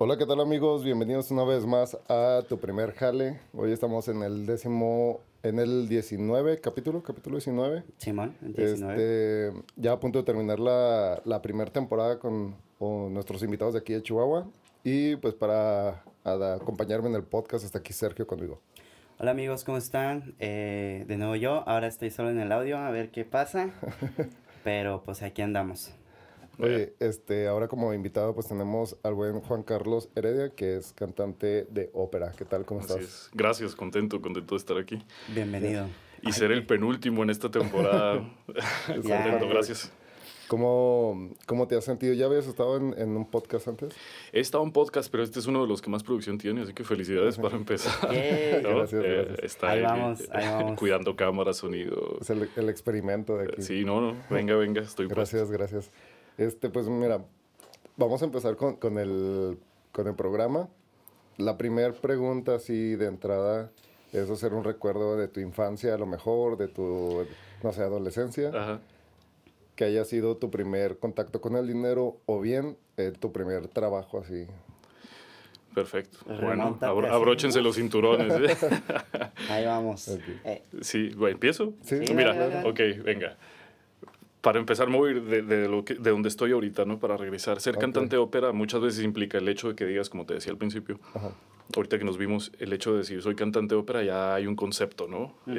Hola, ¿qué tal amigos? Bienvenidos una vez más a tu primer jale. Hoy estamos en el en el 19, capítulo 19. Simón, 19. Ya a punto de terminar la primera temporada con nuestros invitados de aquí de Chihuahua. Y pues acompañarme en el podcast está aquí Sergio conmigo. Hola amigos, ¿cómo están? De nuevo yo, ahora estoy solo en el audio, a ver qué pasa. Pero pues aquí andamos. Oye, ahora como invitado pues tenemos al buen Juan Carlos Heredia, que es cantante de ópera. ¿Qué tal? ¿Cómo estás? Así es. Gracias, contento de estar aquí. Bienvenido. Y ser el penúltimo en esta temporada. Contento, gracias. ¿Cómo te has sentido? ¿Ya habías estado en un podcast antes? He estado en podcast, pero este es uno de los que más producción tiene, así que felicidades para empezar. Yay. ¿No? Gracias. Está ahí vamos. Cuidando cámara, sonido. Es el experimento de aquí. Sí, no, venga, estoy Gracias. Pues mira, vamos a empezar con el programa. La primera pregunta, así de entrada, es hacer un recuerdo de tu infancia, a lo mejor, de tu, no sé, adolescencia. Ajá. Que haya sido tu primer contacto con el dinero o bien tu primer trabajo así. Perfecto. Bueno, Remonta abróchense los cinturones. Ahí vamos. Okay. Sí, bueno, ¿empiezo? Sí, Mira, dale. ok, venga. Para empezar, me voy a ir de donde estoy ahorita, ¿no? Para regresar. Ser cantante de ópera muchas veces implica el hecho de que digas, como te decía al principio, Ajá. ahorita que nos vimos, el hecho de decir soy cantante de ópera, ya hay un concepto, ¿no? Uh-huh.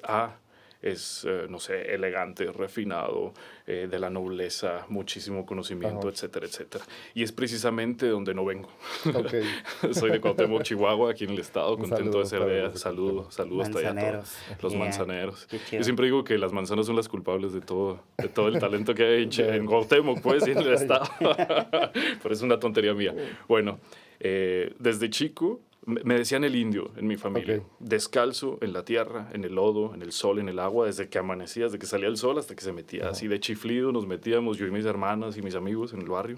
Es no sé, elegante, refinado, de la nobleza, muchísimo conocimiento, etcétera, etcétera. Y es precisamente donde no vengo. Okay. Soy de Cuauhtémoc, Chihuahua, aquí en el estado, Un contento de ser saludo de para allá. Saludos hasta allá. Manzaneros. Los Yeah. manzaneros. Qué chido. Yo siempre digo que las manzanas son las culpables de todo el talento que hay en Cuauhtémoc, pues, y en el estado. Pero es una tontería mía. Bueno, desde chico me decían el indio en mi familia. Okay. Descalzo en la tierra, en el lodo, en el sol, en el agua, desde que amanecía, desde que salía el sol hasta que se metía. Así de chiflido nos metíamos yo y mis hermanas y mis amigos en el barrio.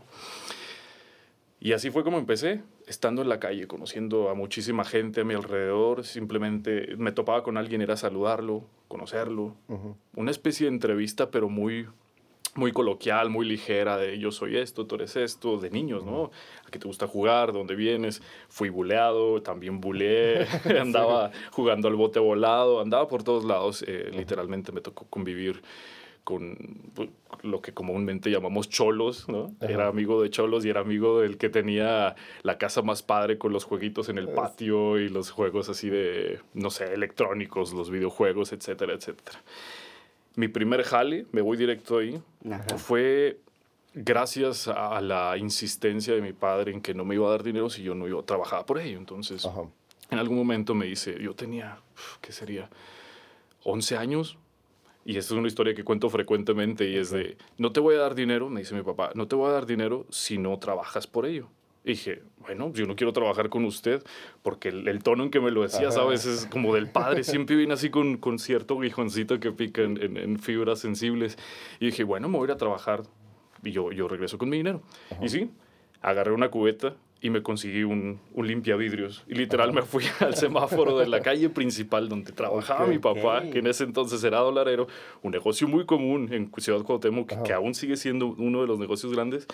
Y así fue como empecé, estando en la calle, conociendo a muchísima gente a mi alrededor. Simplemente me topaba con alguien, era saludarlo, conocerlo. Uh-huh. Una especie de entrevista, pero muy coloquial, muy ligera, de yo soy esto, tú eres esto, de niños, ¿no? ¿A qué te gusta jugar? ¿Dónde vienes? Fui buleado, también buleé, andaba jugando al bote volado, andaba por todos lados. Literalmente me tocó convivir con lo que comúnmente llamamos cholos, ¿no? Ajá. Era amigo de cholos y era amigo del que tenía la casa más padre con los jueguitos en el patio y los juegos así de, no sé, electrónicos, los videojuegos, etcétera, etcétera. Mi primer jale, me voy directo ahí, Ajá. fue gracias a la insistencia de mi padre en que no me iba a dar dinero si yo no iba a trabajar por ello. Entonces, Ajá. en algún momento me dice, yo tenía, ¿qué sería? 11 años. Y esta es una historia que cuento frecuentemente y es de, no te voy a dar dinero, me dice mi papá, no te voy a dar dinero si no trabajas por ello. Y dije, bueno, yo no quiero trabajar con usted, porque el tono en que me lo decía, ¿sabes? Es como del padre, siempre viene así con cierto guijoncito que pica en fibras sensibles. Y dije, bueno, me voy a ir a trabajar y yo regreso con mi dinero. Ajá. Y sí, agarré una cubeta y me conseguí un limpiavidrios. Y literal me fui al semáforo de la calle principal donde trabajaba mi papá, que en ese entonces era dolarero, un negocio muy común en Ciudad Cuauhtémoc, que aún sigue siendo uno de los negocios grandes.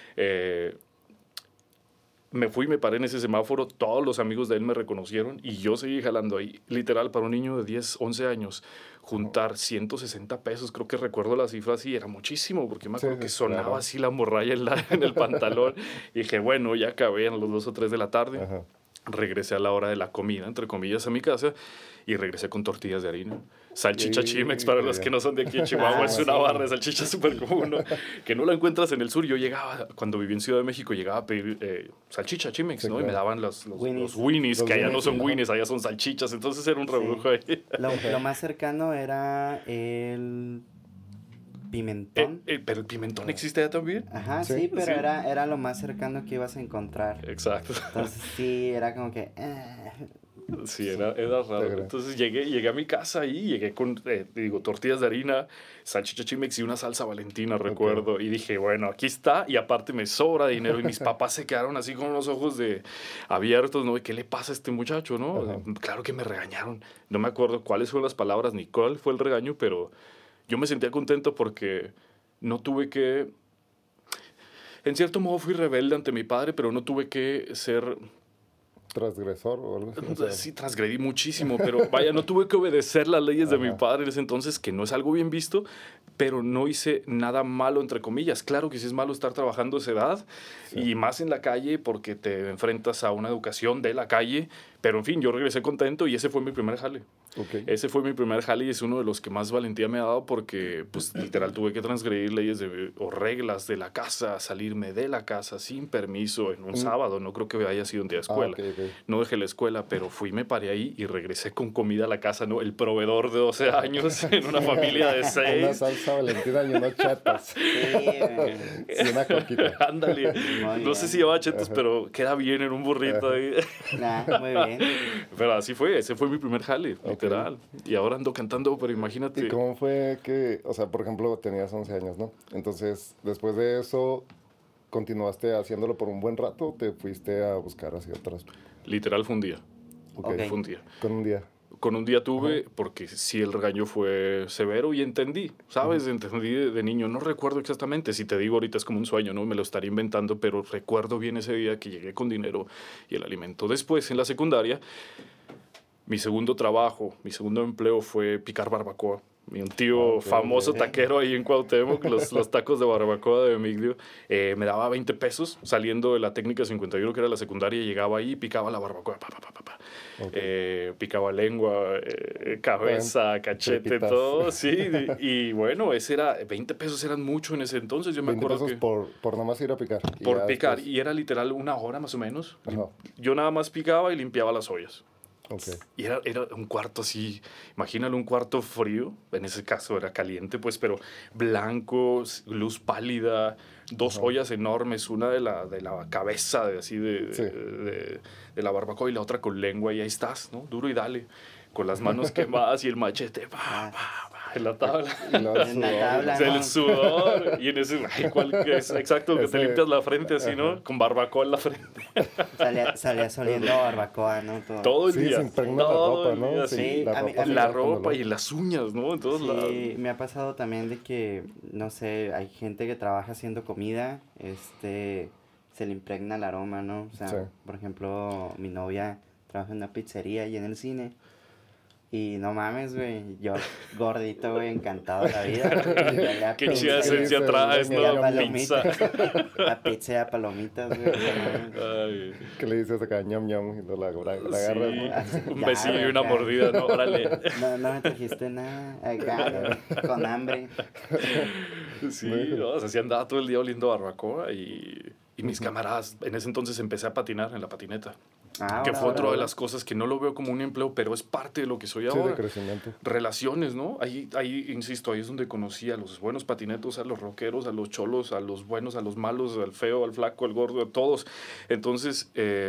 Me fui, me paré en ese semáforo, todos los amigos de él me reconocieron y yo seguí jalando ahí. Literal, para un niño de 10, 11 años, juntar 160 pesos, creo que recuerdo la cifra así, era muchísimo, porque me acuerdo que sonaba así la morralla en el pantalón. Y dije, bueno, ya acabé a las 2 o 3 de la tarde. Ajá. Regresé a la hora de la comida, entre comillas, a mi casa y regresé con tortillas de harina. Salchicha Chimex, para los que no son de aquí en Chihuahua, es una barra de salchicha súper común, ¿no? Que no la encuentras en el sur. Yo llegaba, cuando viví en Ciudad de México, llegaba a pedir salchicha Chimex, sí, ¿no? Claro. Y me daban los Winnies, que allá no son Winnies, allá son salchichas. Entonces era un rebrujo ahí. Lo más cercano era el pimentón. Pero el pimentón existe allá también. Ajá, sí, pero sí. Era lo más cercano que ibas a encontrar. Exacto. Entonces sí, era como que... Sí, era raro. Entonces llegué a mi casa y llegué con, tortillas de harina, salchicha Chimex y una salsa Valentina, recuerdo. Okay. Y dije, bueno, aquí está. Y aparte me sobra dinero. Y mis papás se quedaron así con los ojos abiertos, ¿no? ¿Y qué le pasa a este muchacho, no? Uh-huh. Claro que me regañaron. No me acuerdo cuáles fueron las palabras ni cuál fue el regaño, pero yo me sentía contento porque no tuve que... En cierto modo fui rebelde ante mi padre, pero no tuve que ser... ¿Transgresor o algo así? O sea, Sí, transgredí muchísimo, pero vaya, no tuve que obedecer las leyes de mi padre en ese entonces, que no es algo bien visto, pero no hice nada malo, entre comillas. Claro que sí es malo estar trabajando a esa edad, y más en la calle, porque te enfrentas a una educación de la calle, pero en fin, yo regresé contento y ese fue mi primer jale. okay. Ese fue mi primer jale y es uno de los que más valentía me ha dado porque, pues, literal, tuve que transgredir leyes o reglas de la casa, salirme de la casa sin permiso en un sábado. No creo que haya sido un día de escuela. Okay. No dejé la escuela, pero fui, me paré ahí y regresé con comida a la casa, ¿no? El proveedor de 12 años en una familia de 6. Una salsa valentina y unos chetos. Y una coquita. Ándale. No sé si llevaba chetos, pero queda bien en un burrito ahí. Muy bien. Pero así fue, ese fue mi primer jale, literal. Y ahora ando cantando, pero imagínate. ¿Y cómo fue que, o sea, por ejemplo, tenías 11 años, ¿no? Entonces, después de eso, ¿continuaste haciéndolo por un buen rato o te fuiste a buscar hacia otras? Literal fue un día. Okay. Fue un día. Con un día. Con un día tuve, porque sí el regaño fue severo y entendí, ¿sabes? Entendí de niño. No recuerdo exactamente, si te digo ahorita es como un sueño, ¿no? Me lo estaría inventando, pero recuerdo bien ese día que llegué con dinero y el alimento. Después, en la secundaria, mi segundo trabajo, mi segundo empleo fue picar barbacoa. Un tío famoso taquero ahí en Cuauhtémoc, los tacos de barbacoa de Emilio, me daba 20 pesos saliendo de la técnica 51, que era la secundaria, llegaba ahí y picaba la barbacoa, picaba lengua, cabeza, cachete, tripitas. todo, sí, y bueno, 20 pesos eran mucho en ese entonces, yo me 20 acuerdo pesos que... por nomás ir a picar. Por picar, y era literal una hora más o menos. Ajá. Yo nada más picaba y limpiaba las ollas. Okay. Y era un cuarto así, imagínalo, un cuarto frío, en ese caso era caliente, pues, pero blanco, luz pálida, dos ollas enormes, una de la cabeza, de la barbacoa y la otra con lengua, y ahí estás, ¿no? Duro y dale, con las manos quemadas y el machete, en la tabla. En la tabla, El sudor. Y en ese, exacto, que te limpias la frente así, ¿no? Con barbacoa en la frente. Salías oliendo a barbacoa, ¿no? Todo el Sí, día. se impregna la ropa, ¿no? Sí, La ropa y las uñas, ¿no? En todos lados. Sí, me ha pasado también de que, no sé, hay gente que trabaja haciendo comida, se le impregna el aroma, ¿no? O sea, por ejemplo, mi novia trabaja en una pizzería y en el cine. Y no mames, güey, yo gordito, güey, encantado de la vida. Qué chida esencia traes, ¿no? Pizza. La pizza de palomitas, güey. ¿Qué le dices acá? Ñam, ñam, y no la agarras, sí. Un besillo y una mordida, ¿no? Órale. No me trajiste nada, acá, con hambre. Sí, no, o sea, sí andaba todo el día oliendo barbacoa y mis camaradas, en ese entonces empecé a patinar en la patineta. Que fue otra de las cosas que no lo veo como un empleo, pero es parte de lo que soy ahora. Sí, de crecimiento. Relaciones, ¿no? Ahí, insisto, ahí es donde conocí a los buenos patinetos, a los rockeros, a los cholos, a los buenos, a los malos, al feo, al flaco, al gordo, a todos. Entonces,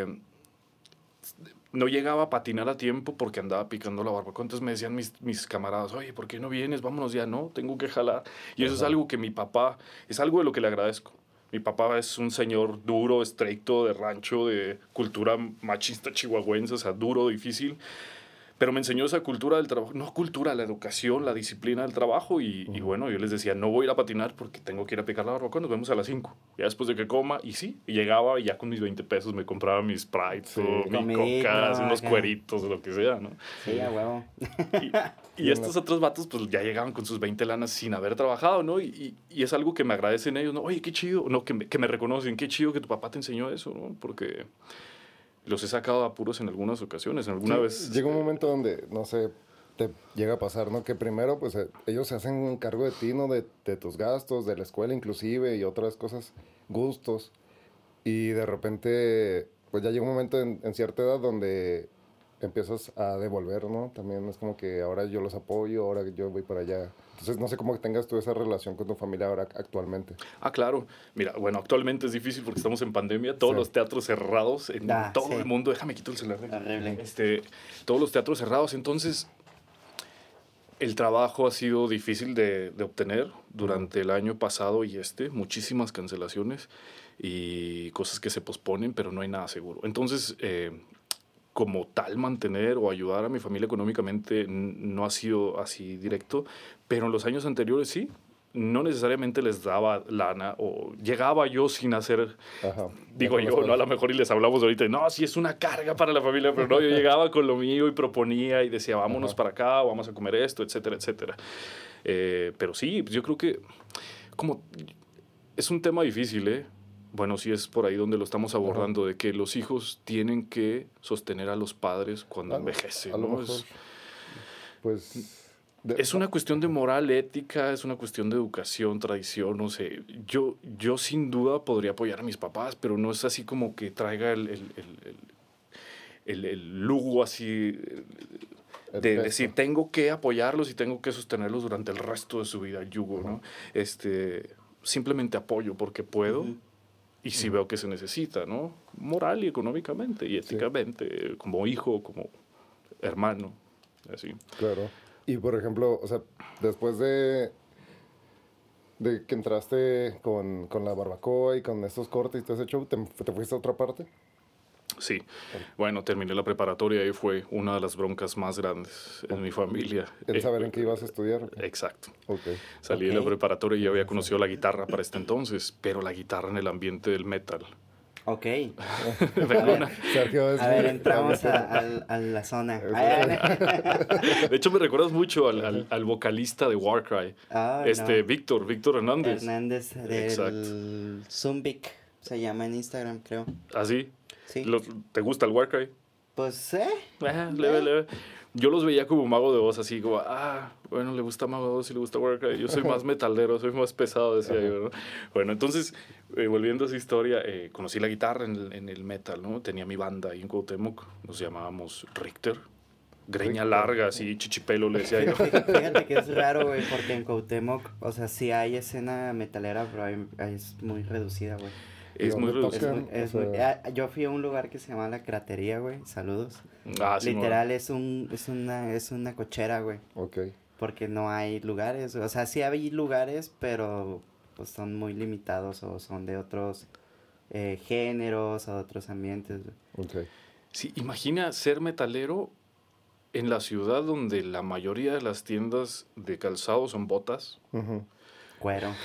no llegaba a patinar a tiempo porque andaba picando la barbacoa. Entonces me decían mis camaradas, oye, ¿por qué no vienes? Vámonos ya, ¿no? Tengo que jalar. Y eso es algo que mi papá, es algo de lo que le agradezco. Mi papá es un señor duro, estricto, de rancho, de cultura machista chihuahuense, o sea, duro, difícil. Pero me enseñó esa cultura del trabajo, no cultura, la educación, la disciplina del trabajo. Y bueno, yo les decía, no voy a ir a patinar porque tengo que ir a picar la barbacoa, nos vemos a las 5. Ya después de que coma, y sí, y llegaba y ya con mis 20 pesos me compraba mis Sprites, mi Coca, unos cueritos, lo que sea, ¿no? Sí, a huevo. Y estos otros vatos, pues ya llegaban con sus 20 lanas sin haber trabajado, ¿no? Y es algo que me agradecen ellos, ¿no? Oye, qué chido, no, que me reconocen, qué chido que tu papá te enseñó eso, ¿no? Porque los he sacado a apuros en algunas ocasiones, alguna vez. Llega un momento donde, no sé, te llega a pasar, ¿no? Que primero, pues, ellos se hacen cargo de ti, ¿no? De tus gastos, de la escuela inclusive y otras cosas, gustos. Y de repente, pues ya llega un momento en cierta edad donde empiezas a devolver, ¿no? También es como que ahora yo los apoyo, ahora yo voy para allá. Entonces, no sé cómo tengas tú esa relación con tu familia ahora actualmente. Ah, claro. Mira, bueno, actualmente es difícil porque estamos en pandemia, todos los teatros cerrados en todo el mundo. Déjame quitar el celular. Horrible. Todos los teatros cerrados, entonces el trabajo ha sido difícil de obtener durante el año pasado y muchísimas cancelaciones y cosas que se posponen, pero no hay nada seguro. Entonces, como tal, mantener o ayudar a mi familia económicamente no ha sido así directo, pero en los años anteriores sí. no necesariamente les daba lana o llegaba yo sin hacer, Ajá. digo yo, ¿no? A lo mejor y les hablamos ahorita, no, sí es una carga para la familia, pero no, yo llegaba con lo mío y proponía y decía, vámonos para acá, vamos a comer esto, etcétera, etcétera. Pero sí, yo creo que como es un tema difícil, ¿eh? Bueno, sí es por ahí donde lo estamos abordando, de que los hijos tienen que sostener a los padres cuando envejecen, a lo ¿no? mejor, pues... Es una cuestión de moral, ética, es una cuestión de educación, tradición, no sé. Yo sin duda podría apoyar a mis papás, pero no es así como que traiga el lujo así de decir, tengo que apoyarlos y tengo que sostenerlos durante el resto de su vida, el yugo, ¿no? Simplemente apoyo porque puedo y si veo que se necesita, ¿no? Moral y económicamente y éticamente, como hijo, como hermano, así. Claro. Y, por ejemplo, o sea, después de que entraste con la barbacoa y con estos cortes y todo ese show, ¿te fuiste a otra parte? Sí. Bueno, terminé la preparatoria y fue una de las broncas más grandes en mi familia. ¿El saber en qué ibas a estudiar? Okay. Exacto. Okay. Salí de la preparatoria y ya había conocido la guitarra para este entonces, pero la guitarra en el ambiente del metal. Ok. Sergio, a ver, entramos a la zona. De hecho, me recuerdas mucho al vocalista de Warcry, Víctor Hernández. Hernández del Zumbic, se llama en Instagram, creo. ¿Ah, sí? Sí. ¿Te gusta el Warcry? Pues, leve. Yo los veía como Mago de Oz, así como, bueno, le gusta Mago de Oz y le gusta Warcry. Yo soy más metalero, soy más pesado, decía yo, ¿no? Bueno, entonces, volviendo a esa historia, conocí la guitarra en el metal, ¿no? Tenía mi banda ahí en Cuauhtémoc, nos llamábamos Richter. Greña larga, así, chichipelo, le decía yo. Fíjate que es raro, güey, porque en Cuauhtémoc, o sea, sí hay escena metalera, pero es muy reducida, güey. Es muy reducido. Yo fui a un lugar que se llama La Cratería, güey. Saludos. Sí, literal, es una cochera, güey. Ok. Porque no hay lugares. O sea, sí hay lugares, pero pues son muy limitados o son de otros géneros o otros ambientes. Okay. Sí, imagina ser metalero en la ciudad donde la mayoría de las tiendas de calzado son botas. Cuero.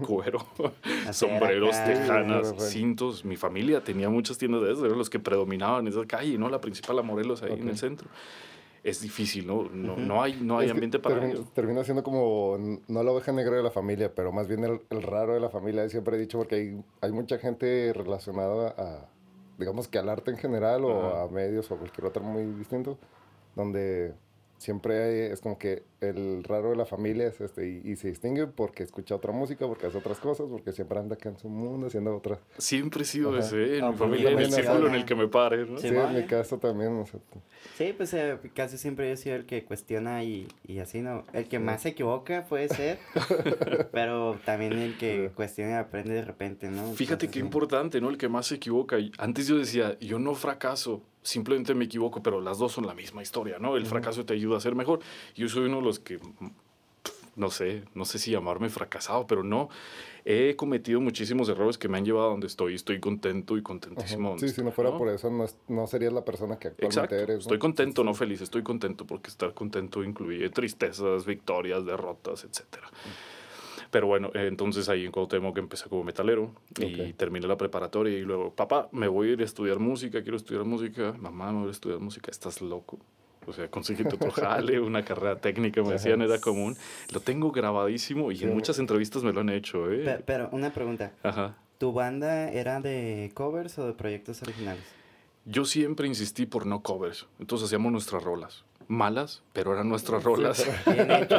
Sombreros, tejanas, sí, cintos. Mi familia tenía muchas tiendas de esas, eran los que predominaban en esa calle, ¿no? La principal, la Morelos, ahí en el centro. Es difícil, ¿no? No hay ambiente para ello. Termina siendo como, no la oveja negra de la familia, pero más bien el raro de la familia, siempre he dicho, porque hay mucha gente relacionada a, digamos que al arte en general o a medios o cualquier otro muy distinto, donde siempre es como que el raro de la familia es y se distingue porque escucha otra música, porque hace otras cosas, porque siempre anda acá en su mundo haciendo otras. Siempre he sido ese, en mi familia, en el círculo en el que me pare, ¿no? Sí, en mi caso también. O sea, sí, pues casi siempre yo he sido el que cuestiona y así, ¿no? El que más se equivoca puede ser, pero también el que cuestiona y aprende de repente, ¿no? Fíjate qué importante, ¿no? El que más se equivoca. Antes yo decía, yo no fracaso, simplemente me equivoco, pero las dos son la misma historia, ¿no? El fracaso te ayuda a ser mejor. Yo soy uno de los que, no sé si llamarme fracasado, pero no. He cometido muchísimos errores que me han llevado a donde estoy. Estoy contento y contentísimo. Sí, si no fuera por eso, no serías la persona que actualmente eres, ¿no? Estoy contento, no feliz. Estoy contento porque estar contento incluye tristezas, victorias, derrotas, etcétera. Pero bueno, entonces ahí en Cuauhtémoc empecé como metalero y terminé la preparatoria y luego, papá, me voy a ir a estudiar música, quiero estudiar música. Mamá, me voy a estudiar música, ¿estás loco? O sea, consíguete otro jale, una carrera técnica, me decían, era común. Lo tengo grabadísimo y en muchas entrevistas me lo han hecho, ¿eh? Pero una pregunta. Ajá. ¿Tu banda era de covers o de proyectos originales? Yo siempre insistí por no covers, entonces hacíamos nuestras rolas. Malas, pero eran nuestras rolas. Bien hecho.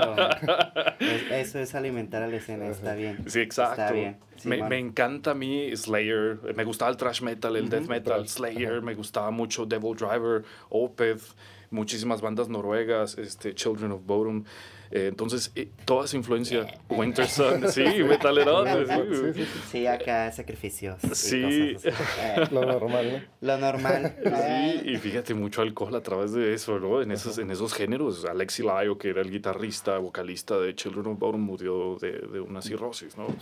Eso es alimentar a la escena, está bien. Sí, exacto. Está bien. Sí, me encanta a mí Slayer, me gustaba el thrash metal, el death metal, Slayer, me gustaba mucho Devil Driver, Opeth, muchísimas bandas noruegas, Children of Bodom. Entonces, toda esa influencia, Winter Sun, sí, metalerones. Sí, acá sacrificios. Sí. Lo normal, ¿no? Lo normal. Sí, y fíjate, mucho alcohol a través de eso, ¿no? En esos géneros. Alexi Laiho, que era el guitarrista, vocalista de Children of Bodom, murió de una cirrosis, ¿no?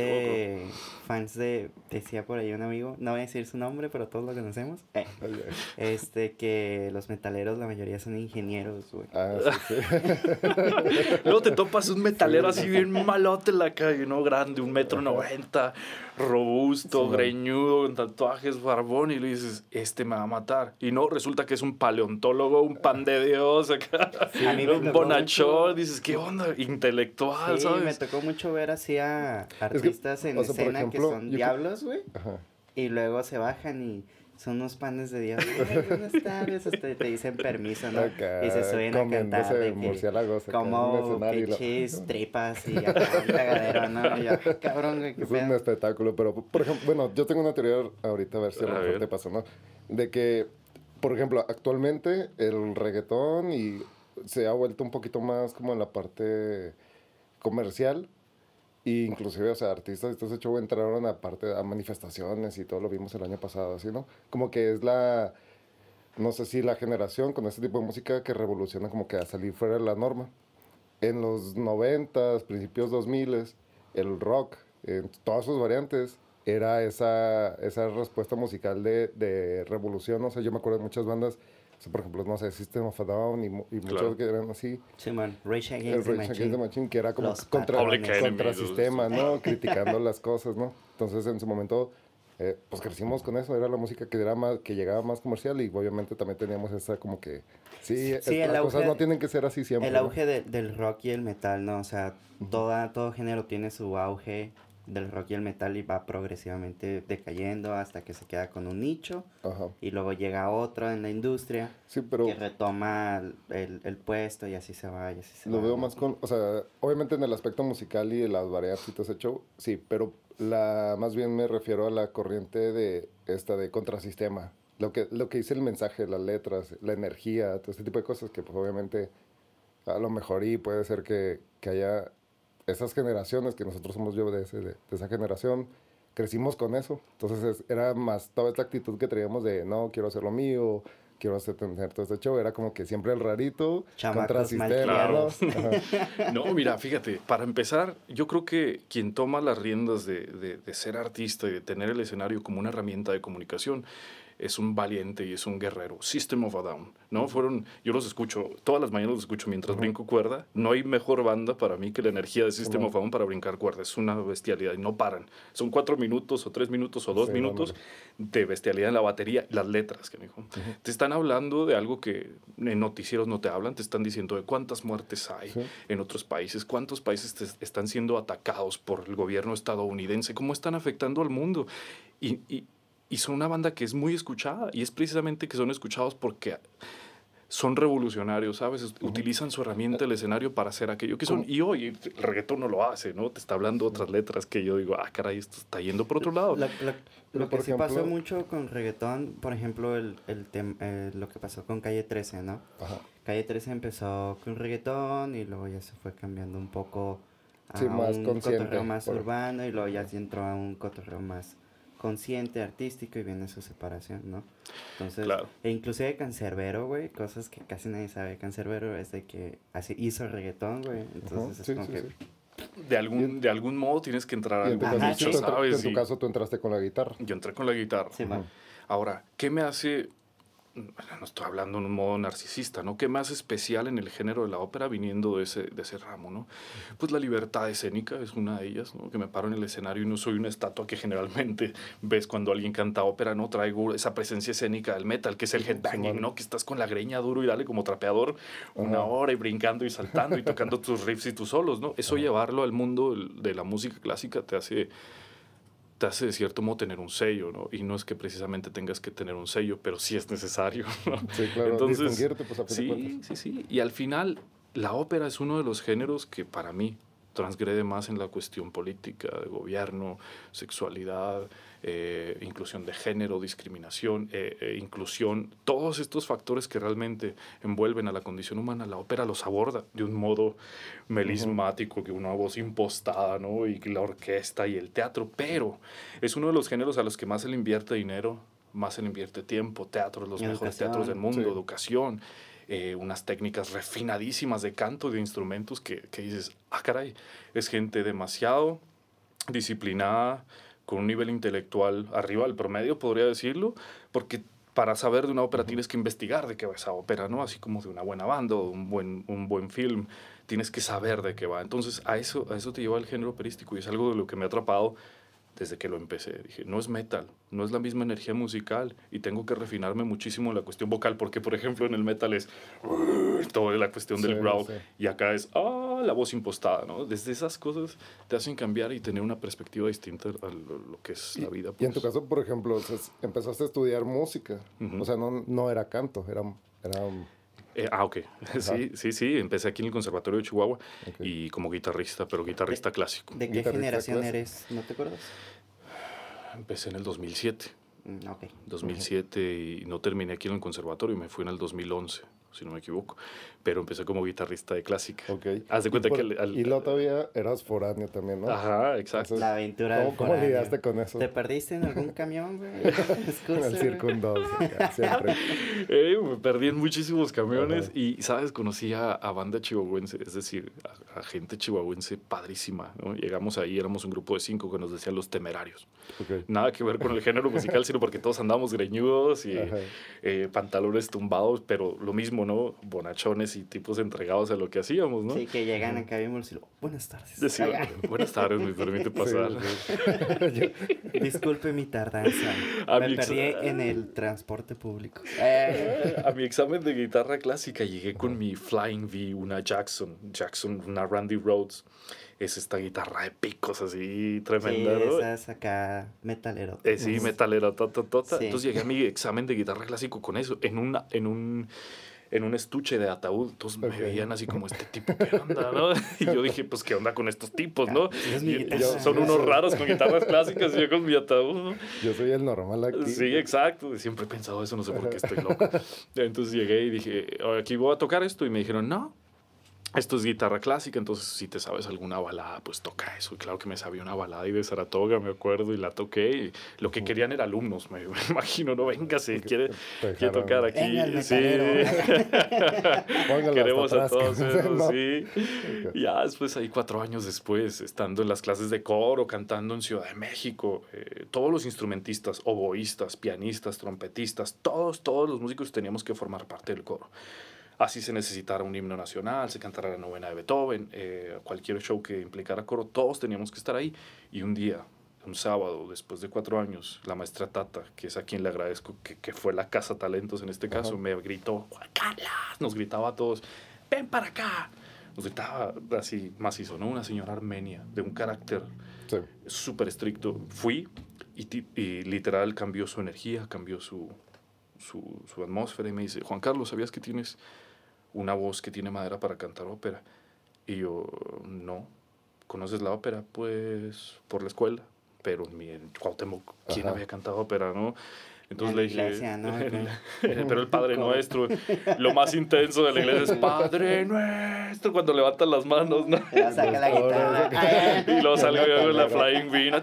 Fans de, decía por ahí un amigo, no voy a decir su nombre, pero todos lo conocemos, que los metaleros, la mayoría son ingenieros, güey. Sí. Luego te topas un metalero así bien malote en la calle, ¿no? Grande, 1.90 m, robusto, greñudo, con tatuajes, barbón, y le dices, este me va a matar. Y no, resulta que es un paleontólogo, un pan de Dios, acá, un bonachón. Dices, ¿qué onda? Intelectual, ¿sabes? Me tocó mucho ver así a artistas en escena, ejemplo, que son diablos, güey. Y luego se bajan y son unos panes de Dios. Buenas tardes. Te dicen permiso, ¿no? Y se suben a cantar de que como pinches tripas y acá un cagadero, ¿no? Y yo, cabrón, güey, qué es un espectáculo, pero, por ejemplo, bueno, yo tengo una teoría ahorita, a ver si a lo mejor te pasa, ¿no? De que, por ejemplo, actualmente el reggaetón se ha vuelto un poquito más como en la parte comercial. Y inclusive, o sea, artistas de todo ese show entraron a manifestaciones y todo lo vimos el año pasado, así, ¿no? Como que es no sé si la generación con este tipo de música que revoluciona como que a salir fuera de la norma. En los 90s, principios 2000s, el rock, en todas sus variantes, era esa respuesta musical de revolución. O sea, yo me acuerdo de muchas bandas, o sea, por ejemplo, no sé, System of a Down y muchos que eran así. Sí, man. Rage Against the Machine, que era como contra sistema, ¿no? Criticando las cosas, ¿no? Entonces, en su momento, pues crecimos con eso. Era la música que llegaba más comercial y obviamente también teníamos esa como que... Sí, las cosas no tienen que ser así siempre. El auge del rock y el metal, ¿no? O sea, todo género tiene su auge del rock y el metal y va progresivamente decayendo hasta que se queda con un nicho. Ajá. Y luego llega otro en la industria que retoma el puesto y así se va. Lo veo más con, o sea, obviamente en el aspecto musical y de las variantes y todo ese show, sí, pero más bien me refiero a la corriente de contrasistema. Lo que dice el mensaje, las letras, la energía, todo este tipo de cosas que pues obviamente a lo mejor y puede ser que haya esas generaciones, que nosotros somos yo de esa generación, crecimos con eso. Entonces era más toda esta actitud que traíamos de, no, quiero hacer lo mío, quiero tener todo este show. Era como que siempre el rarito, contrasistema. Claro. No, mira, fíjate, para empezar, yo creo que quien toma las riendas de ser artista y de tener el escenario como una herramienta de comunicación es un valiente y es un guerrero. System of a Down, ¿no? Yo los escucho, todas las mañanas los escucho mientras brinco cuerda. No hay mejor banda para mí que la energía de System of a Down para brincar cuerda. Es una bestialidad y no paran. Son 4 minutos o 3 minutos o 2 minutos de bestialidad en la batería. Las letras, que me dijo. Te están hablando de algo que en noticieros no te hablan. Te están diciendo de cuántas muertes hay en otros países, cuántos países están siendo atacados por el gobierno estadounidense, cómo están afectando al mundo. Y son una banda que es muy escuchada, y es precisamente que son escuchados porque son revolucionarios, ¿sabes? Utilizan su herramienta, el escenario, para hacer aquello que son. Y hoy el reggaetón no lo hace, ¿no? Te está hablando otras letras que yo digo, caray, esto está yendo por otro lado. Lo que sí pasó mucho con reggaetón, por ejemplo, lo que pasó con Calle 13, ¿no? Ajá. Calle 13 empezó con reggaetón y luego ya se fue cambiando un poco a un cotorreo más urbano y luego ya se entró a un cotorreo más consciente, artístico, y viene su separación, ¿no? Entonces, e inclusive Canserbero, güey, cosas que casi nadie sabe. Canserbero es de que hizo reggaetón, güey, entonces es como que... De algún modo tienes que entrar al nicho, ¿sabes? En tu caso tú entraste con la guitarra. Yo entré con la guitarra. Sí, Ahora, ¿qué me hace...? No estoy hablando en un modo narcisista, ¿no? ¿Qué más especial en el género de la ópera viniendo de ese ramo, ¿no? Pues la libertad escénica es una de ellas, ¿no? Que me paro en el escenario y no soy una estatua que generalmente ves cuando alguien canta ópera, ¿no? Traigo esa presencia escénica del metal, que es el headbanging, ¿no? Que estás con la greña duro y dale como trapeador una hora y brincando y saltando y tocando tus riffs y tus solos, ¿no? Eso llevarlo al mundo de la música clásica te hace de cierto modo tener un sello, ¿no? Y no es que precisamente tengas que tener un sello, pero sí es necesario, ¿no? Sí, claro. Entonces, distinguirte, pues, a fin de cuentas. Sí. Y al final, la ópera es uno de los géneros que para mí transgrede más en la cuestión política, de gobierno, sexualidad, inclusión de género, discriminación, inclusión, todos estos factores que realmente envuelven a la condición humana. La ópera los aborda de un modo melismático, que una voz impostada, ¿no? Y la orquesta y el teatro, pero es uno de los géneros a los que más se le invierte dinero, más se le invierte tiempo, teatro, los mejores teatros del mundo, educación, unas técnicas refinadísimas de canto, de instrumentos que dices, caray, es gente demasiado disciplinada, con un nivel intelectual arriba del promedio, podría decirlo, porque para saber de una ópera tienes que investigar de qué va esa ópera, ¿no? Así como de una buena banda o un buen film. tienes que saber de qué va. Entonces, a eso te lleva el género operístico y es algo de lo que me ha atrapado desde que lo empecé. Dije, no es metal, no es la misma energía musical y tengo que refinarme muchísimo en la cuestión vocal porque, por ejemplo, en el metal es toda la cuestión del growl y acá es la voz impostada, ¿no? Desde esas cosas te hacen cambiar y tener una perspectiva distinta a lo que es la vida. Pues. Y en tu caso, por ejemplo, empezaste a estudiar música. O sea, no era canto, era ok. Sí. Empecé aquí en el Conservatorio de Chihuahua y como guitarrista, pero guitarrista clásico. ¿De qué generación eres? ¿No te acuerdas? Empecé en el 2007. 2007 y no terminé aquí en el Conservatorio, me fui en el 2011, si no me equivoco. Pero empecé como guitarrista de clásica. Haz de cuenta y luego todavía eras foráneo también, ¿no? Ajá, exacto. La aventura del ¿Cómo lidiaste con eso? ¿Te perdiste en algún camión, güey? En el Circundol, siempre. Me perdí en muchísimos camiones y, ¿sabes? Conocí a banda chihuahuense, es decir, a gente chihuahuense padrísima, ¿no? Llegamos ahí, éramos un grupo de 5 que nos decían Los Temerarios. Nada que ver con el género musical, sino porque todos andamos greñudos y pantalones tumbados, pero lo mismo, ¿no? Bonachones y tipos entregados a lo que hacíamos, ¿no? Sí, que llegan acá bien y buenas tardes. Decía, buenas tardes, me permite pasar. Sí. Disculpe mi tardanza. Me perdí en el transporte público. A mi examen de guitarra clásica llegué con mi Flying V, una Jackson, una Randy Rhoads. Es esta guitarra de picos así tremenda, sí, ¿no? esas acá metalero. Sí, metalero, Sí. Entonces llegué a mi examen de guitarra clásico con eso, en un estuche de ataúd. Entonces me veían así como, este tipo, ¿qué onda, no? Y yo dije, pues, ¿qué onda con estos tipos, no? Son unos raros con guitarras clásicas y yo con mi ataúd, ¿no? Yo soy el normal aquí. Sí, exacto. Siempre he pensado eso, no sé por qué estoy loco. Entonces llegué y dije, aquí voy a tocar esto. Y me dijeron, no, esto es guitarra clásica, entonces si te sabes alguna balada, pues toca eso. Y claro que me sabía una balada y de Saratoga, me acuerdo, y la toqué. Y lo que querían era alumnos, me imagino, ¿no? Véngase, quiere tocar aquí. Sí. Queremos a todos esos, sí. Y ya después, ahí 4 años después, estando en las clases de coro, cantando en Ciudad de México, todos los instrumentistas, oboístas, pianistas, trompetistas, todos los músicos teníamos que formar parte del coro. Así se necesitara un himno nacional, se cantara la novena de Beethoven, cualquier show que implicara coro, todos teníamos que estar ahí. Y un día, un sábado, después de 4 años, la maestra Tata, que es a quien le agradezco, que fue la Casa Talentos en este caso, me gritó, Juan Carlos, nos gritaba a todos, ven para acá. Nos gritaba así macizo, ¿no? Una señora armenia, de un carácter súper estricto. Fui y literal cambió su energía, cambió su atmósfera y me dice, Juan Carlos, ¿sabías que tienes una voz que tiene madera para cantar ópera? Y yo, no. ¿Conoces la ópera? Pues por la escuela, pero en Cuauhtémoc, ¿quién había cantado ópera, no? Entonces le dije, iglesia, ¿no? Pero el Padre Nuestro, lo más intenso de la iglesia es Padre Nuestro, cuando levantan las manos, ¿no? Y saca la guitarra. Y luego salgo yo con la Flying V.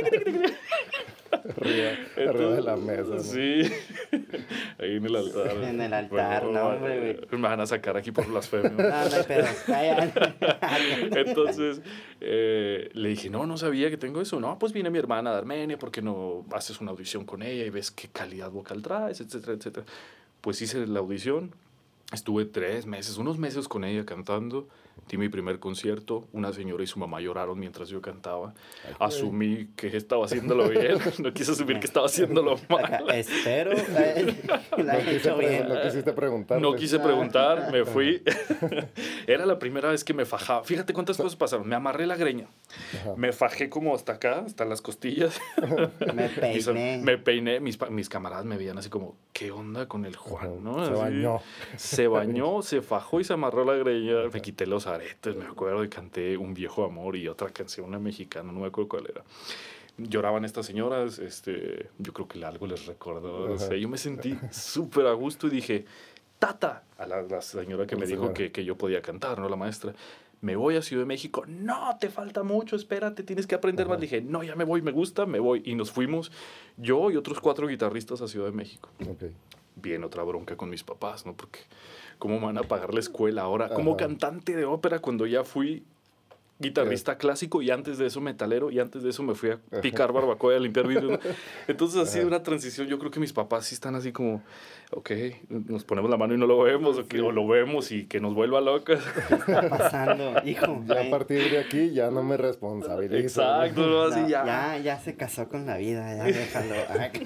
Arriba de la mesa, ¿no? Sí, ahí en el altar. En el altar, no, hombre, güey. Me van a sacar aquí por blasfemia. No hay pedo. Entonces, le dije, no sabía que tengo eso. No, pues viene mi hermana de Armenia, ¿por qué no haces una audición con ella y ves qué calidad vocal traes, etcétera, etcétera? Pues hice la audición, estuve 3 meses, unos meses con ella cantando. Di mi primer concierto, una señora y su mamá lloraron mientras yo cantaba. Asumí que estaba haciéndolo bien, no quise asumir que estaba haciéndolo mal. Espero la he hecho bien. No quisiste preguntar. No quise preguntar, me fui. Era la primera vez que me fajaba. Fíjate cuántas cosas pasaron. Me amarré la greña, me fajé como hasta acá, hasta las costillas. Me peiné. Mis camaradas me veían así como, ¿qué onda con el Juan? ¿No? Se bañó, se fajó y se amarró la greña. Me quité los aretes, me acuerdo, y canté Un Viejo Amor y otra canción, una mexicana, no me acuerdo cuál era. Lloraban estas señoras, yo creo que algo les recordó. O sea, yo me sentí súper a gusto y dije, Tata, a la señora que me dijo que yo podía cantar, ¿no? La maestra. Me voy a Ciudad de México. No, te falta mucho, espérate, tienes que aprender más. Dije, no, ya me voy, me gusta, me voy. Y nos fuimos, yo y otros 4 guitarristas a Ciudad de México. Bien, otra bronca con mis papás, ¿no? Porque ¿cómo me van a pagar la escuela ahora? Como cantante de ópera, cuando ya fui guitarrista clásico y antes de eso metalero y antes de eso me fui a picar barbacoa y a limpiar vidrios, ¿no? Entonces ha sido una transición. Yo creo que mis papás sí están así como, ok, nos ponemos la mano y no lo vemos, o lo vemos y que nos vuelva locas. ¿Qué está pasando, hijo? Ya a partir de aquí ya no me responsabilizo. Exacto, ¿no? Así ya se casó con la vida, ya déjalo.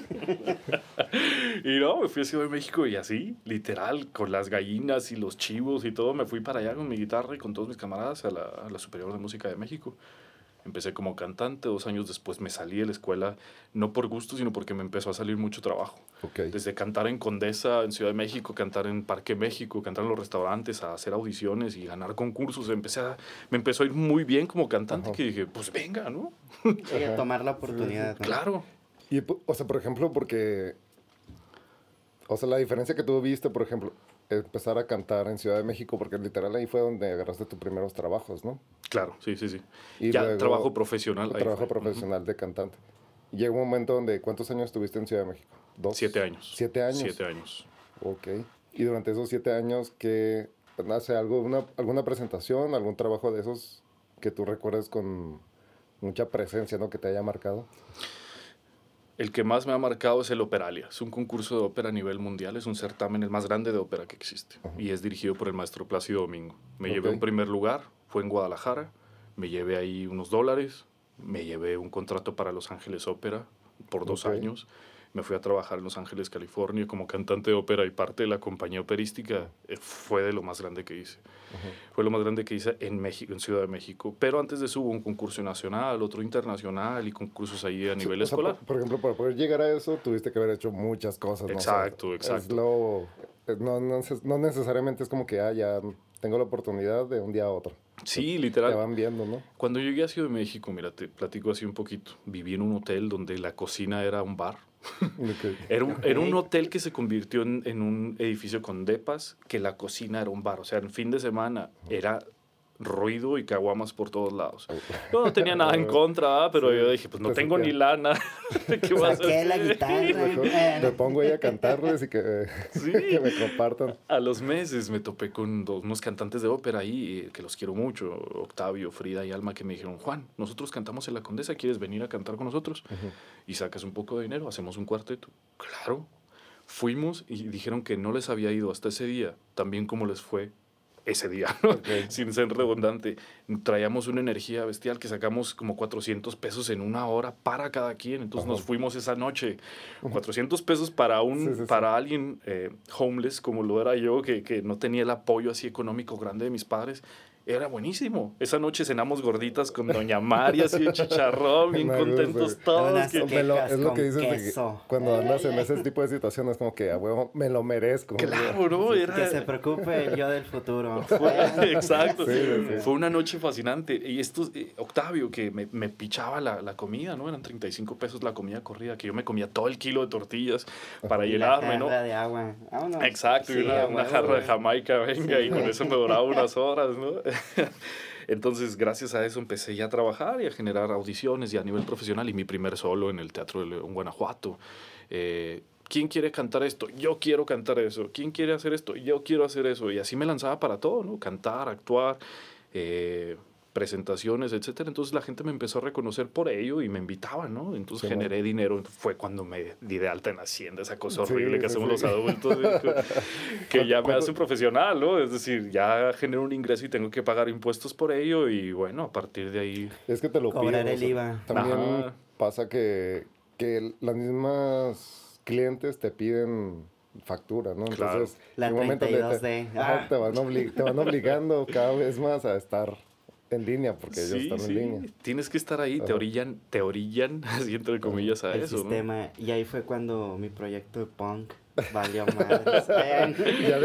Y no, me fui a Ciudad de México y así, literal, con las gallinas y los chivos y todo, me fui para allá con mi guitarra y con todos mis camaradas a la Superior de Música de México. Empecé como cantante, 2 años después me salí de la escuela, no por gusto, sino porque me empezó a salir mucho trabajo. Okay. Desde cantar en Condesa, en Ciudad de México, cantar en Parque México, cantar en los restaurantes, a hacer audiciones y ganar concursos. Me empezó a ir muy bien como cantante, que dije, pues venga, ¿no? Sí, a tomar la oportunidad. ¿no? Claro. Y, o sea, por ejemplo, porque... O sea, la diferencia que tú viste, por ejemplo, empezar a cantar en Ciudad de México, porque literal ahí fue donde agarraste tus primeros trabajos, ¿no? Claro, sí. Y ya luego, trabajo profesional. Trabajo profesional de cantante. Y llegó un momento donde, ¿cuántos años estuviste en Ciudad de México? 7 años. 7 años. 7 años. Ok. Y durante esos 7 años, ¿qué hace alguna presentación, algún trabajo de esos que tú recuerdes con mucha presencia, ¿no? Que te haya marcado? El que más me ha marcado es el Operalia. Es un concurso de ópera a nivel mundial. Es un certamen el más grande de ópera que existe. Y es dirigido por el maestro Plácido Domingo. Me llevé un primer lugar. Fue en Guadalajara. Me llevé ahí unos $. Me llevé un contrato para Los Ángeles Ópera por 2 años. Me fui a trabajar en Los Ángeles, California, como cantante de ópera y parte de la compañía operística. Fue de lo más grande que hice. Fue lo más grande que hice en México, en Ciudad de México. Pero antes de eso hubo un concurso nacional, otro internacional y concursos ahí a nivel escolar. Por ejemplo, para poder llegar a eso, tuviste que haber hecho muchas cosas, ¿no? Exacto, o sea, exacto. No necesariamente es como que ya tengo la oportunidad de un día a otro. Sí, literal. Te van viendo, ¿no? Cuando llegué a Ciudad de México, mira, te platico así un poquito. Viví en un hotel donde la cocina era un bar. Okay. Era un hotel que se convirtió en un edificio con depas, que la cocina era un bar. O sea, en fin de semana era ruido y caguamas por todos lados. Yo no tenía nada en contra, pero yo dije, pues no tengo ni lana. ¿Qué vas a hacer? La guitarra. Me pongo ahí a cantarles y que me compartan. A los meses me topé con unos cantantes de ópera ahí, que los quiero mucho, Octavio, Frida y Alma, que me dijeron, Juan, nosotros cantamos en La Condesa, ¿quieres venir a cantar con nosotros? Y sacas un poco de dinero, hacemos un cuarteto. Claro. Fuimos y dijeron que no les había ido hasta ese día, también como les fue ese día, ¿no? Sin ser redundante. Traíamos una energía bestial que sacamos como $400 en 1 hora para cada quien. Entonces nos fuimos esa noche. $400 para alguien homeless como lo era yo, que no tenía el apoyo así económico grande de mis padres. Era buenísimo. Esa noche cenamos gorditas con Doña María, así de chicharrón, bien contentos todos. Es lo que dices de que cuando andas en ese tipo de situaciones, como que, a huevo, me lo merezco. Claro, ¿no? Que se preocupe el yo del futuro. Exacto. Fue una noche fascinante. Y Octavio, que me pichaba la comida, ¿no? Eran $35 la comida corrida, que yo me comía todo el kilo de tortillas para llenarme, ¿no? Una jarra de agua. Vámonos. Exacto, y una jarra de Jamaica, venga, y con eso me duraba unas horas, ¿no? Entonces, gracias a eso empecé ya a trabajar y a generar audiciones ya a nivel profesional y mi primer solo en el Teatro de León, Guanajuato. ¿Quién quiere cantar esto? Yo quiero cantar eso. ¿Quién quiere hacer esto? Yo quiero hacer eso. Y así me lanzaba para todo, ¿no? Cantar, actuar, presentaciones, etcétera. Entonces la gente me empezó a reconocer por ello y me invitaba, ¿no? Entonces generé dinero. Fue cuando me di de alta en Hacienda, esa cosa horrible que hacemos los adultos, que ya me hace profesional, ¿no? Es decir, ya genero un ingreso y tengo que pagar impuestos por ello y bueno, a partir de ahí... Es que te lo cobrar piden, el IVA. También pasa que las mismas clientes te piden factura, ¿no? Entonces, la 32D. Te van obligando cada vez más a estar en línea, porque ellos están en línea. Tienes que estar ahí, te orillan, así entre comillas, a el eso, sistema, ¿no? Y ahí fue cuando mi proyecto de punk valió madres. Ya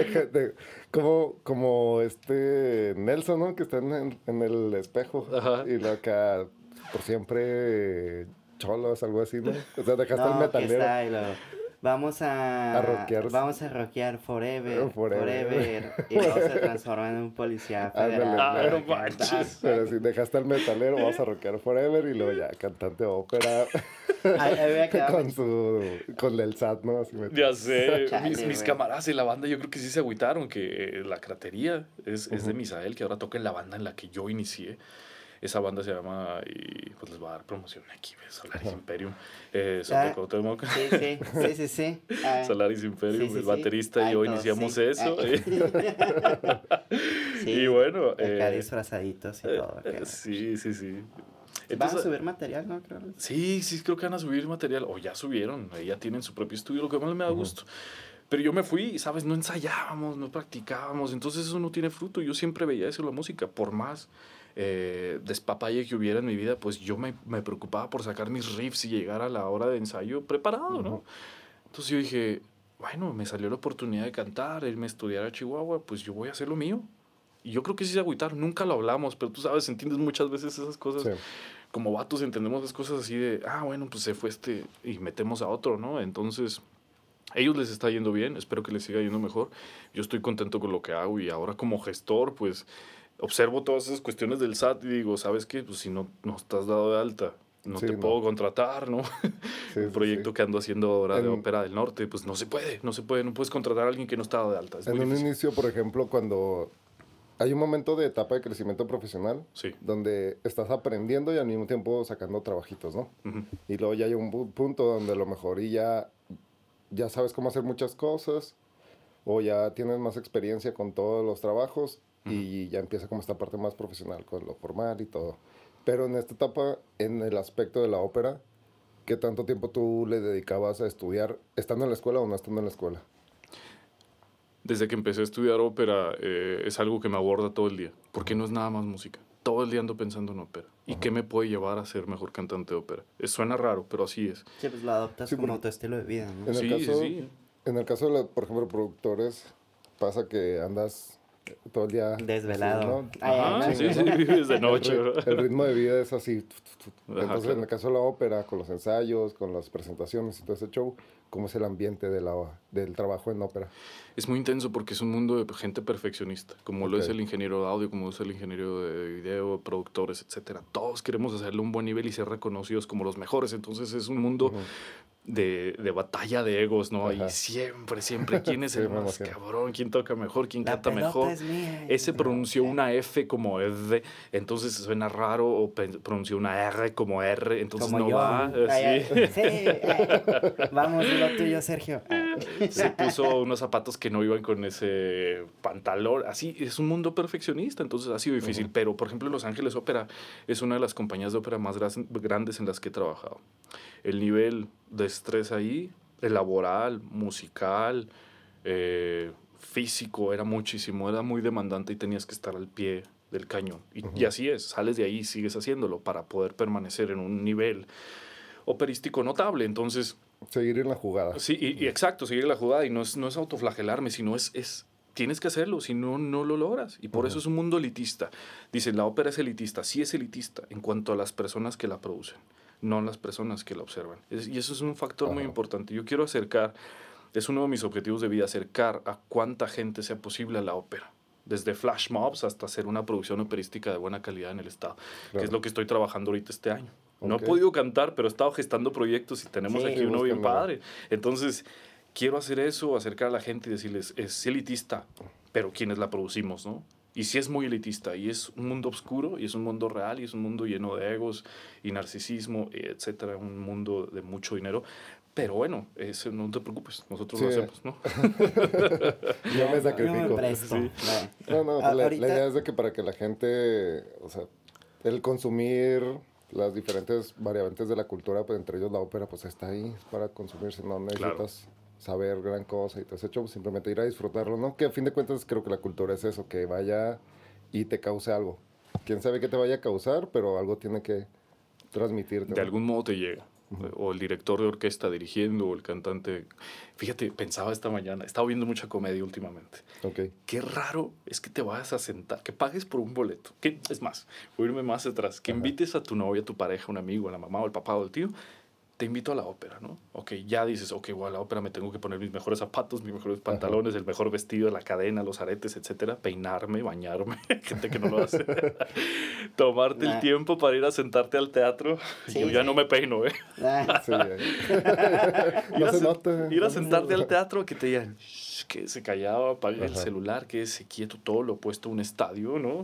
como Nelson, ¿no? Que está en el espejo. Ajá. Y lo acá, por siempre, cholos, algo así, ¿no? O sea, dejaste el metalero. Vamos a rockear forever. Y luego se transforma en un policía federal. No manches. Pero si dejaste el metalero, vamos a rockear forever. Y luego ya cantante de ópera. con el SAT, ¿no? Así ya sé. Mis camaradas de la banda yo creo que sí se agüitaron, que la cratería es de Misael, que ahora toca en la banda en la que yo inicié. Esa banda se llama, y pues les voy a dar promoción aquí, Solaris Imperium. Sí. Solaris Imperium, Sí. el baterista y yo iniciamos eso. Sí, y bueno. acá disfrazaditos y todo. Sí. Entonces, ¿van a subir material, no? Creo. Sí, creo que van a subir material. O ya subieron, ya tienen su propio estudio, lo que más me da gusto. Pero yo me fui, ¿sabes? No ensayábamos, no practicábamos, entonces eso no tiene fruto. Yo siempre veía eso en la música, por más despapalle que hubiera en mi vida, pues yo me preocupaba por sacar mis riffs y llegar a la hora de ensayo preparado, ¿no? Entonces yo dije, bueno, me salió la oportunidad de cantar, irme a estudiar a Chihuahua, pues yo voy a hacer lo mío. Y yo creo que sí se agüitaron, nunca lo hablamos, pero tú sabes, entiendes muchas veces esas cosas. Sí. Como vatos entendemos las cosas así de, bueno, pues se fue y metemos a otro, ¿no? Entonces, a ellos les está yendo bien, espero que les siga yendo mejor. Yo estoy contento con lo que hago y ahora como gestor, pues, observo todas esas cuestiones del SAT y digo, ¿sabes qué? Pues si no estás dado de alta, no te puedo contratar, ¿no? Un proyecto que ando haciendo ahora de Ópera del Norte, pues no se puede, no puedes contratar a alguien que no está dado de alta. Es en un inicio, por ejemplo, cuando hay un momento de etapa de crecimiento profesional donde estás aprendiendo y al mismo tiempo sacando trabajitos, ¿no? Y luego ya hay un punto donde a lo mejor ya sabes cómo hacer muchas cosas o ya tienes más experiencia con todos los trabajos y ya empieza como esta parte más profesional con lo formal y todo. Pero en esta etapa, en el aspecto de la ópera, ¿qué tanto tiempo tú le dedicabas a estudiar estando en la escuela o no estando en la escuela? Desde que empecé a estudiar ópera es algo que me aborda todo el día, porque no es nada más música. Todo el día ando pensando en ópera. ¿Y qué me puede llevar a ser mejor cantante de ópera? Suena raro, pero así es. Sí, pues lo adoptas como tu estilo de vida, ¿no? En el caso de, por ejemplo, productores, pasa que andas todo el día desvelado. Así, ¿no? Sí, vives de noche. El ritmo de vida es así. Entonces, en el caso de la ópera, con los ensayos, con las presentaciones y todo ese show, ¿cómo es el ambiente del trabajo en ópera? Es muy intenso porque es un mundo de gente perfeccionista, como lo es el ingeniero de audio, como lo es el ingeniero de video, productores, etcétera. Todos queremos hacerle un buen nivel y ser reconocidos como los mejores. Entonces es un mundo de batalla de egos, ¿no? Y siempre, ¿quién es el más cabrón? ¿Quién toca mejor? ¿Quién canta mejor? Es mía. Ese pronunció una F como F, entonces suena raro, o pronunció una R como R, entonces como no yo. Va. Vamos, lo tuyo, Sergio. Se puso unos zapatos que no iban con ese pantalón. Así, es un mundo perfeccionista, entonces ha sido difícil. Pero, por ejemplo, Los Ángeles Ópera es una de las compañías de ópera más grandes en las que he trabajado. El nivel de estrés ahí, el laboral, musical, físico, era muchísimo, era muy demandante y tenías que estar al pie del cañón. Y así es, sales de ahí y sigues haciéndolo para poder permanecer en un nivel operístico notable. Entonces, seguir en la jugada. Sí, y exacto, seguir en la jugada. Y no es autoflagelarme, sino tienes que hacerlo, si no, no lo logras. Y por eso es un mundo elitista. Dicen, la ópera es elitista. Sí es elitista en cuanto a las personas que la producen, no las personas que la observan. Y eso es un factor muy importante. Yo quiero es uno de mis objetivos de vida, acercar a cuánta gente sea posible a la ópera. Desde flash mobs hasta hacer una producción operística de buena calidad en el estado, que es lo que estoy trabajando ahorita este año. No he podido cantar, pero he estado gestando proyectos y tenemos aquí uno bien padre. Entonces, quiero hacer eso, acercar a la gente y decirles, es elitista, pero ¿quiénes la producimos, no? Y sí es muy elitista, y es un mundo oscuro, y es un mundo real, y es un mundo lleno de egos y narcisismo, etcétera, un mundo de mucho dinero. Pero bueno, no te preocupes, nosotros lo hacemos, ¿no? Yo me sacrifico. Yo me presto. No, la idea es de que para que la gente, o sea, el consumir las diferentes variantes de la cultura, pues entre ellos la ópera, pues está ahí para consumirse, no necesitas saber gran cosa y todo ese hecho, simplemente ir a disfrutarlo, ¿no? Que a fin de cuentas creo que la cultura es eso, que vaya y te cause algo. Quién sabe qué te vaya a causar, pero algo tiene que transmitirte. De algún modo te llega. O el director de orquesta dirigiendo, o el cantante. Fíjate, pensaba esta mañana, he estado viendo mucha comedia últimamente. Qué raro es que te vayas a sentar, que pagues por un boleto. Es más, voy a irme más atrás, que invites a tu novia, a tu pareja, un amigo, a la mamá o el papá o el tío, te invito a la ópera, ¿no? Ya dices, a la ópera me tengo que poner mis mejores zapatos, mis mejores pantalones, el mejor vestido, la cadena, los aretes, etcétera, peinarme, bañarme, gente que no lo hace. Tomarte el tiempo para ir a sentarte al teatro. Yo ya no me peino, ¿eh? Ir a sentarte al teatro, que te digan, que se callaba, apague el celular, que se quieto, todo lo opuesto a un estadio, ¿no?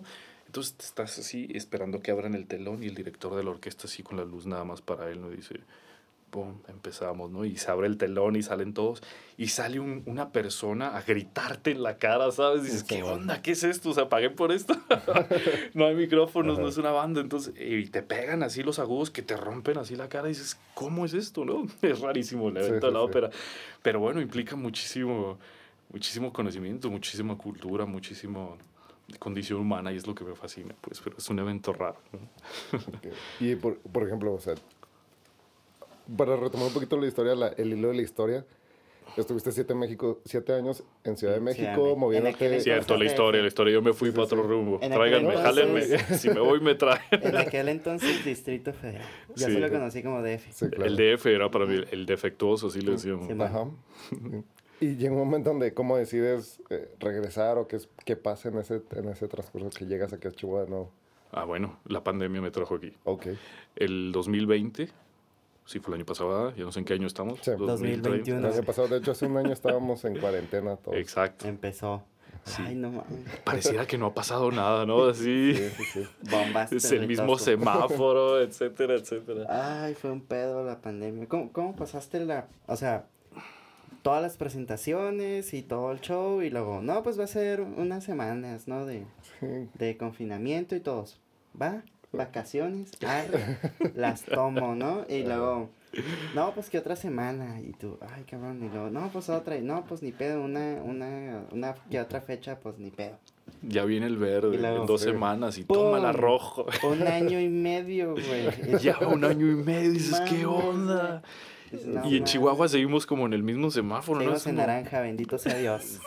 Entonces estás así esperando que abran el telón y el director de la orquesta así con la luz nada más para él, ¿no? Dice, pum, empezamos, ¿no? Y se abre el telón y salen todos. Y sale una persona a gritarte en la cara, ¿sabes? Dices, ¿qué onda? ¿Qué es esto? O sea, pagué por esto. No hay micrófonos, no es una banda. Entonces, y te pegan así los agudos que te rompen así la cara. Y dices, ¿cómo es esto, no? Es rarísimo el evento de la ópera. Pero bueno, implica muchísimo conocimiento, muchísima cultura, muchísimo condición humana, y es lo que me fascina, pues, pero es un evento raro, ¿no? Okay. Y por ejemplo, o sea, para retomar un poquito la historia, el hilo de la historia, estuviste 7 años en Ciudad de México, moviéndote. Cierto, la historia, yo me fui para otro rumbo. Tráiganme, jálenme, si me voy me traen. En aquel entonces Distrito Federal, yo se lo conocí como DF. Sí, claro. El DF era para mí el defectuoso, así le decíamos. Sí, ajá. Y llega un momento donde, ¿cómo decides regresar o qué pasa en ese transcurso que llegas aquí a Chihuahua de nuevo? Ah, bueno, la pandemia me trajo aquí. Ok. El 2020, sí fue el año pasado, ya no sé en qué año estamos. Sí. 2021. El año pasado, de hecho, hace un año estábamos en cuarentena todos. Exacto. Empezó. Sí. Ay, no mames. Pareciera que no ha pasado nada, ¿no? Así. Sí. Bombas. Es el mismo semáforo, etcétera, etcétera. Ay, fue un pedo la pandemia. ¿Cómo pasaste o sea, todas las presentaciones y todo el show y luego, no, pues va a ser unas semanas, ¿no? De confinamiento y todos, ¿va? Vacaciones, las tomo, ¿no? Y luego, no, pues que otra semana, y tú, ay, cabrón, y luego, no, pues otra, y no, pues ni pedo, una que otra fecha, pues ni pedo. Ya viene el verde, luego, en 2 semanas y ¡pum! tómala rojo. 1 año y medio, güey. Ya 1 año y medio, dices, ¿qué onda? Dices, no, y en Chihuahua seguimos como en el mismo semáforo, ¿no? Seguimos en naranja, bendito sea Dios.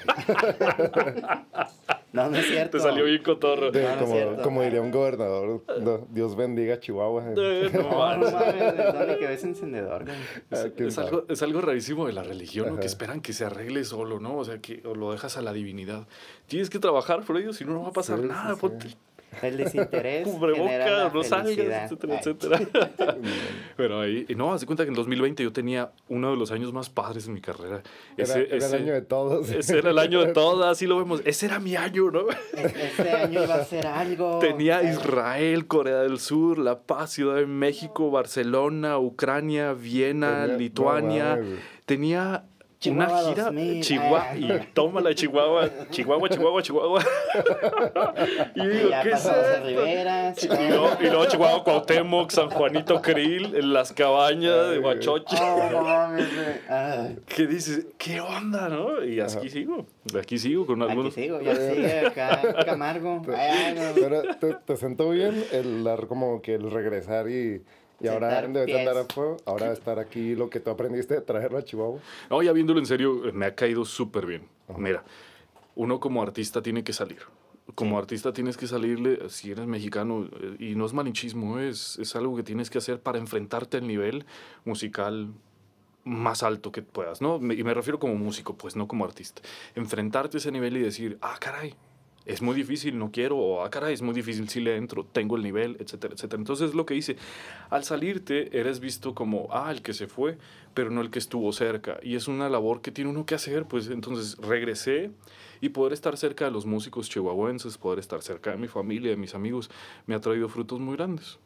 No es cierto. Te salió bien cotorro. Como diría un gobernador, Dios bendiga Chihuahua. No mames, que ves encendedor, güey. Es algo rarísimo de la religión, ¿no? Que esperan que se arregle solo, ¿no? O sea, que o lo dejas a la divinidad. Tienes que trabajar por ello, si no, no va a pasar nada. Sí. El desinterés cubrebocas, no salgas, etcétera. Pero ahí, no, haz de cuenta que en 2020 yo tenía uno de los años más padres en mi carrera. Era el año de todos. Ese era el año de todos, así lo vemos. Ese era mi año, ¿no? Ese año iba a ser algo. Tenía Israel, Corea del Sur, La Paz, Ciudad de México, Barcelona, Ucrania, Viena, Lituania. No, tenía Chihuahua una gira 2000. Chihuahua y tómala Chihuahua. Y digo, ¿qué es esto? Y luego Chihuahua, Cuauhtémoc, San Juanito Krill, en las cabañas de Huachoche. ¿Qué dices? ¿Qué onda, no? Y aquí sigo con algunos. Aquí sigo, ya sigue acá Camargo. Pero te sentó bien como que el regresar y ahora en vez de andar a fuego, ahora estar aquí, lo que tú aprendiste, traerlo a Chihuahua. No, ya viéndolo en serio, me ha caído súper bien. Mira, uno como artista tiene que salir. Como artista tienes que salirle, si eres mexicano, y no es malinchismo, es algo que tienes que hacer para enfrentarte al nivel musical más alto que puedas, ¿no? Y me refiero como músico, pues, no como artista. Enfrentarte a ese nivel y decir, caray, es muy difícil, no quiero, o caray, es muy difícil, sí le entro, tengo el nivel, etcétera, etcétera. Entonces, lo que hice, al salirte, eres visto como, el que se fue, pero no el que estuvo cerca. Y es una labor que tiene uno que hacer, pues, entonces regresé y poder estar cerca de los músicos chihuahuenses, poder estar cerca de mi familia, de mis amigos, me ha traído frutos muy grandes.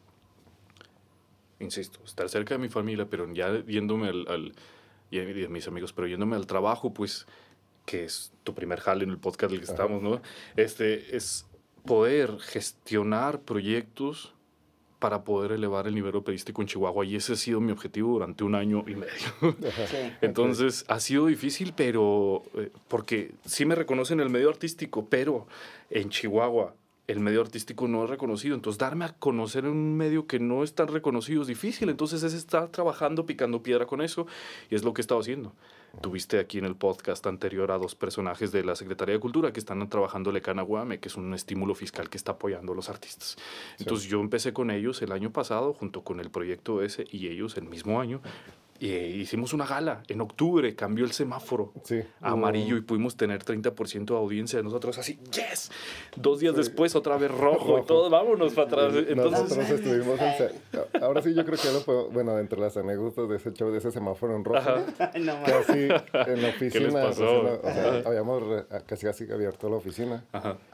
Insisto, estar cerca de mi familia, pero ya yéndome y de mis amigos, pero yéndome al trabajo, pues, que es tu primer jale en el podcast en el que estamos, ¿no? Es poder gestionar proyectos para poder elevar el nivel operístico en Chihuahua, y ese ha sido mi objetivo durante 1 año y medio. Sí. Entonces, ha sido difícil, pero porque sí me reconocen en el medio artístico, pero en Chihuahua el medio artístico no es reconocido. Entonces, darme a conocer en un medio que no es tan reconocido es difícil. Entonces, es estar trabajando, picando piedra con eso, y es lo que he estado haciendo. Tuviste aquí en el podcast anterior a 2 personajes de la Secretaría de Cultura que están trabajando el Ecanaguame, que es un estímulo fiscal que está apoyando a los artistas. Entonces, yo empecé con ellos el año pasado, junto con el proyecto ese, y ellos el mismo año. Hicimos una gala en octubre, cambió el semáforo a amarillo y pudimos tener 30% de audiencia de nosotros, así, ¡yes! 2 días después, otra vez rojo y todos, vámonos para atrás. Entonces, nosotros estuvimos ahora sí, yo creo que ya lo puedo, bueno, entre las anécdotas de ese show, de ese semáforo en rojo, casi en la oficina. ¿Qué les pasó? O sea, habíamos casi abierto la oficina.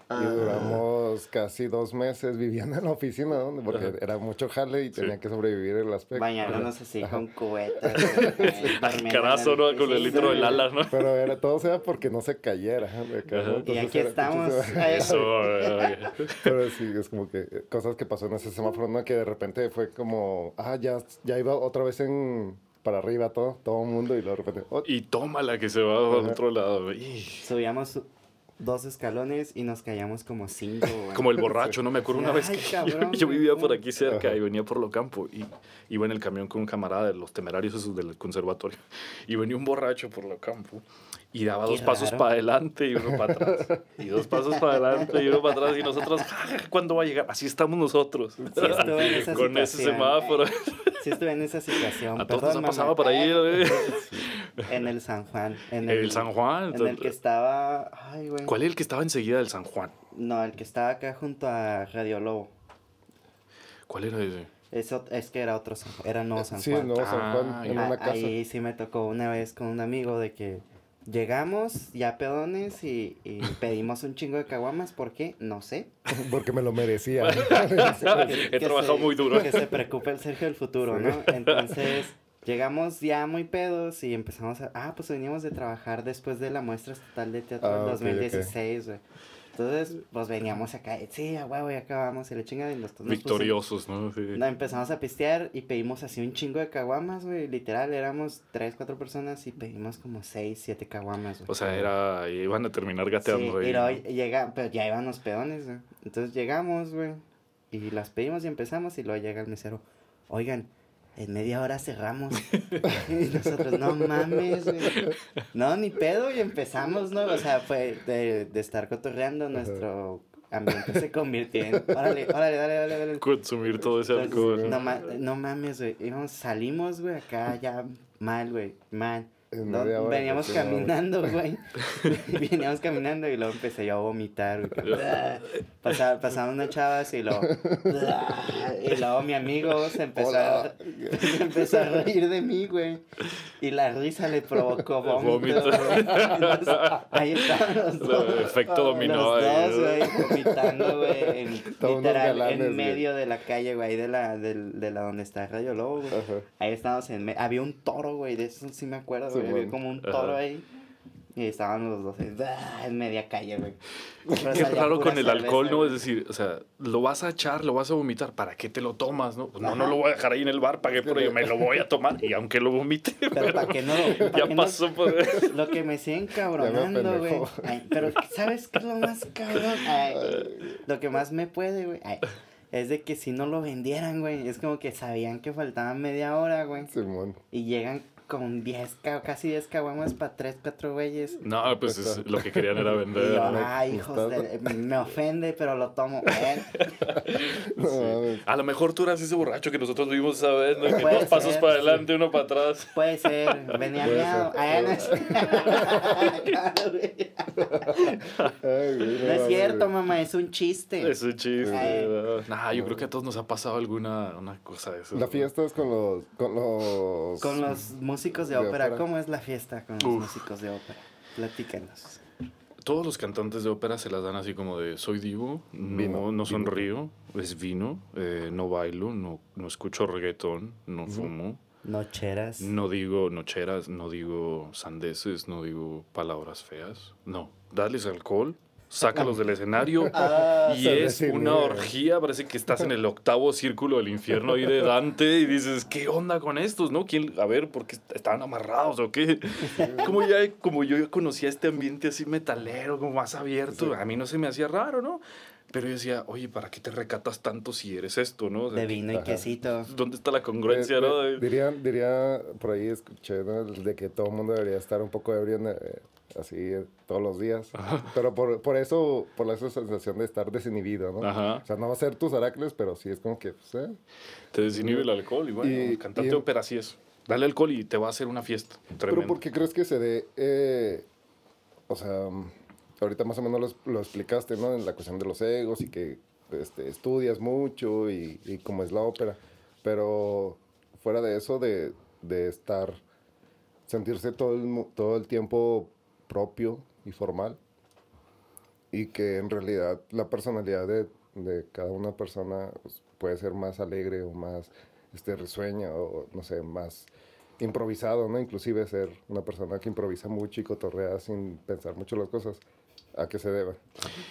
Y duramos casi 2 meses viviendo en la oficina, ¿no? Porque era mucho jale y tenía que sobrevivir el aspecto. Bañándonos así con cubetas. Carazo, ¿no? Con el litro del ala, ¿no? Pero todo sea porque no se cayera. ¿No? Y aquí estamos. Eso, Pero sí, es como que cosas que pasó en ese semáforo, ¿no? Que de repente fue como, ya iba otra vez para arriba todo el mundo y luego de repente... Oh. Y tómala que se va al otro lado. Subíamos 2 escalones y nos callamos como 5. Como el borracho, ¿no? Me acuerdo una vez que cabrón, yo vivía por aquí cerca y venía por lo campo y iba en el camión con un camarada de los temerarios esos del conservatorio y venía un borracho por lo campo y daba 2 pasos para adelante y 1 para atrás y 2 pasos para adelante y 1 para atrás y nosotros, ¿cuándo va a llegar? Así estamos nosotros. Sí, estuve en esa con ese semáforo. Sí estuve en esa situación. A todos nos pasaba por ahí. En el San Juan. En el San Juan. En el que estaba... Ay, güey. ¿Cuál es el que estaba enseguida del San Juan? No, el que estaba acá junto a Radio Lobo. ¿Cuál era ese? Eso, es que era otro San Juan. Era Nuevo San Juan. Sí, el Nuevo San Juan, en una casa. Ahí sí me tocó una vez con un amigo de que llegamos ya pedones y pedimos un chingo de caguamas. ¿Por qué? No sé. Porque me lo merecía. He trabajado muy duro. Que se preocupe el Sergio del futuro, ¿no? Entonces... Llegamos ya muy pedos y empezamos pues veníamos de trabajar después de la muestra estatal de teatro del 2016, güey. Entonces, pues veníamos acá, sí, a huevo, ya acabamos, y la chingada. Victoriosos, ¿no? Sí. Empezamos a pistear y pedimos así un chingo de caguamas, güey. Literal, éramos 3, 4 personas y pedimos como 6, 7 caguamas, güey. O sea, iban a terminar gateando. Sí, pero ya iban los pedones, güey. Entonces llegamos, güey, y las pedimos y empezamos y luego llega el mesero. Oigan, en media hora cerramos. Y nosotros, no mames, güey. No, ni pedo, y empezamos, ¿no? O sea, fue de estar cotorreando, nuestro ambiente se convirtió en, órale, dale. Consumir todo ese alcohol. No mames, güey. Salimos, güey, acá ya mal, güey, mal. No, veníamos caminando, güey. Veníamos caminando y luego empecé yo a vomitar, güey. Pasaban unas chavas y luego... Y luego mi amigo se empezó a reír de mí, güey. Y la risa le provocó vómito, güey. Entonces, ahí estaban los dos. Efecto dominó. Los dos, güey, vomitando, güey. Literal, galanes, en medio de la calle, güey. De la donde está Radio Lobo, güey. Ahí estábamos había un toro, güey. De eso sí me acuerdo, güey. Había como un toro ahí. Y estaban los dos en media calle, güey. Qué raro con el alcohol, ¿no? Es decir, o sea, lo vas a echar, lo vas a vomitar, ¿para qué te lo tomas, no? Pues no lo voy a dejar ahí en el bar, pagué por ello, me lo voy a tomar. Y aunque lo vomite, pero ¿para qué no? Ya pasó por... Lo que me sigue encabronando, güey. Pero ¿sabes qué es lo más cabrón? Lo que más me puede, güey. Es de que si no lo vendieran, güey. Es como que sabían que faltaban media hora, güey. Simón. Y llegan con casi 10 caguamas para 3, 4 güeyes. No, pues lo que querían era vender. Y yo, hijos me ofende, pero lo tomo. A lo mejor tú eras ese borracho que nosotros vimos esa vez, ¿no? Que 2 pasos para adelante, 1 para atrás. Puede ser, venía miado. No es cierto, mamá, es un chiste. Es un chiste. Yo creo que a todos nos ha pasado alguna cosa de eso. La fiesta es con los músicos de ópera. ¿Cómo es la fiesta con los músicos de ópera? Platícanos. Todos los cantantes de ópera se las dan así como de soy divo, no sonrío, es vino, no bailo, no escucho reggaetón, no fumo. Nocheras. No digo nocheras, no digo sandeces, no digo palabras feas. No, dales alcohol, sácalos del escenario y es una orgía. Parece que estás en el 8º círculo del infierno ahí de Dante y dices, ¿qué onda con estos? ¿No? A ver, ¿por qué estaban amarrados o qué? Como yo conocía este ambiente así metalero, como más abierto, a mí no se me hacía raro, ¿no? Pero yo decía, oye, ¿para qué te recatas tanto si eres esto, no? O sea, de vino y quesito. ¿Dónde está la congruencia, no? Diría, por ahí escuché, ¿no? De que todo el mundo debería estar un poco ebrio así todos los días. Ajá. Pero por eso, por esa sensación de estar desinhibido, ¿no? Ajá. O sea, no va a ser tus Heracles, pero sí es como que, pues, Te desinhibe el alcohol y bueno, el cantante de ópera así es. Dale alcohol y te va a hacer una fiesta. Tremendo. Pero ¿por qué crees que se dé, o sea... Ahorita más o menos lo explicaste, ¿no? En la cuestión de los egos y que estudias mucho y cómo es la ópera. Pero fuera de eso, de sentirse todo el tiempo propio y formal, y que en realidad la personalidad de cada una persona pues, puede ser más alegre o más risueña o no sé, más improvisado, ¿no? Inclusive ser una persona que improvisa mucho y cotorrea sin pensar mucho las cosas. ¿A qué se debe?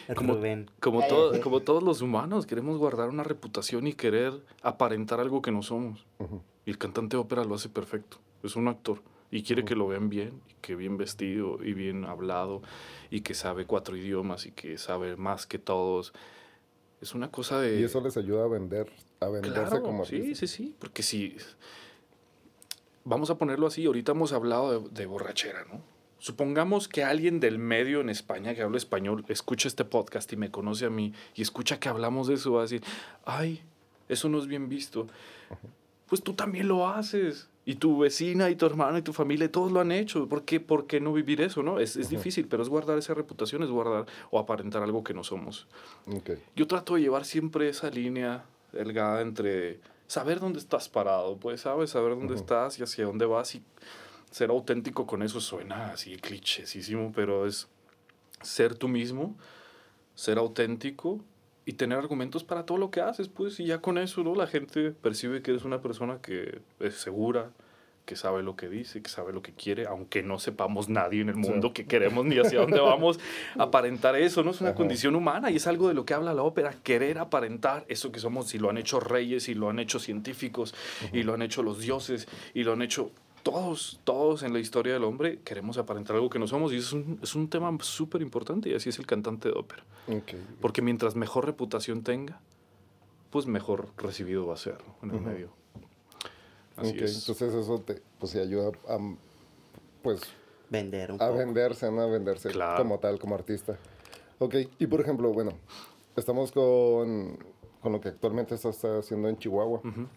Como todos los humanos, queremos guardar una reputación y querer aparentar algo que no somos. Uh-huh. Y el cantante de ópera lo hace perfecto. Es un actor y quiere que lo vean bien, y que bien vestido y bien hablado y que sabe 4 idiomas y que sabe más que todos. Es una cosa de... Y eso les ayuda a venderse claro, como Sí, artista. sí, porque si... Vamos a ponerlo así, ahorita hemos hablado de borrachera, ¿no? Supongamos que alguien del medio en España que habla español escucha este podcast y me conoce a mí y escucha que hablamos de eso, va a decir, ay, eso no es bien visto. Uh-huh. Pues tú también lo haces. Y tu vecina y tu hermano y tu familia, todos lo han hecho. ¿Por qué no vivir eso, no? Es uh-huh. difícil, pero es guardar esa reputación, es guardar o aparentar algo que no somos. Okay. Yo trato de llevar siempre esa línea delgada entre saber dónde estás parado, pues, ¿sabes? Saber dónde uh-huh. estás y hacia dónde vas y ser auténtico con eso suena así clichésísimo, pero es ser tú mismo, ser auténtico y tener argumentos para todo lo que haces, pues, y ya con eso, ¿no? La gente percibe que eres una persona que es segura, que sabe lo que dice, que sabe lo que quiere, aunque no sepamos nadie en el mundo que queremos ni hacia dónde vamos, aparentar eso, ¿no? Es una condición humana y es algo de lo que habla la ópera, querer aparentar eso que somos, y lo han hecho reyes, y lo han hecho científicos, y lo han hecho los dioses, y lo han hecho... Todos en la historia del hombre queremos aparentar algo que no somos y es un tema súper importante y así es el cantante de ópera. Okay. Porque mientras mejor reputación tenga, pues mejor recibido va a ser, ¿no? En el medio. Así es. Entonces eso te ayuda a pues vender un a poco. venderse, ¿no? A venderse claro. como tal, como artista. Ok, y por ejemplo, bueno, estamos con lo que actualmente estás haciendo en Chihuahua. Uh-huh.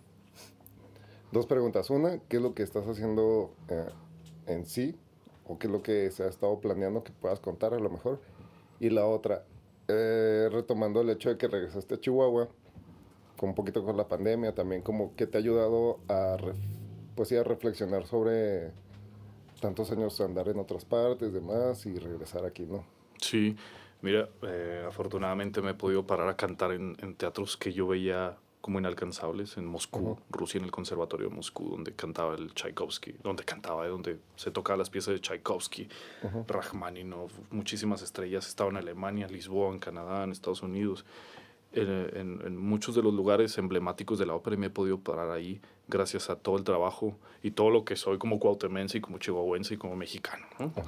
2 preguntas. Una, ¿qué es lo que estás haciendo en sí? ¿O qué es lo que se ha estado planeando que puedas contar a lo mejor? Y la otra, retomando el hecho de que regresaste a Chihuahua, con un poquito con la pandemia, también como que te ha ayudado a reflexionar sobre tantos años andar en otras partes, demás, y regresar aquí, ¿no? Sí, mira, afortunadamente me he podido parar a cantar en teatros que yo veía como inalcanzables en Moscú, uh-huh. Rusia, en el Conservatorio de Moscú, donde cantaba el Tchaikovsky, donde se tocaba las piezas de Tchaikovsky, uh-huh. Rachmaninoff, muchísimas estrellas. Estaba en Alemania, Lisboa, en Canadá, en Estados Unidos, en muchos de los lugares emblemáticos de la ópera, y me he podido parar ahí gracias a todo el trabajo y todo lo que soy como cuauhtemense y como chihuahuense y como mexicano, ¿no? Uh-huh.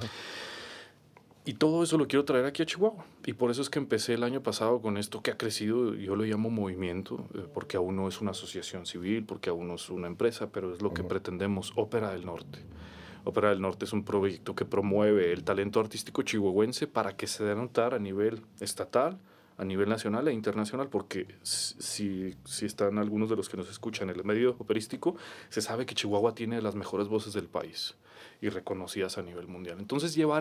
Y todo eso lo quiero traer aquí a Chihuahua. Y por eso es que empecé el año pasado con esto que ha crecido, yo lo llamo movimiento, porque aún no es una asociación civil, porque aún no es una empresa, pero es lo uh-huh. que pretendemos, Ópera del Norte. Ópera del Norte es un proyecto que promueve el talento artístico chihuahuense para que se dé a notar a nivel estatal, a nivel nacional e internacional, porque si están algunos de los que nos escuchan en el medio operístico, se sabe que Chihuahua tiene las mejores voces del país y reconocidas a nivel mundial. Entonces llevar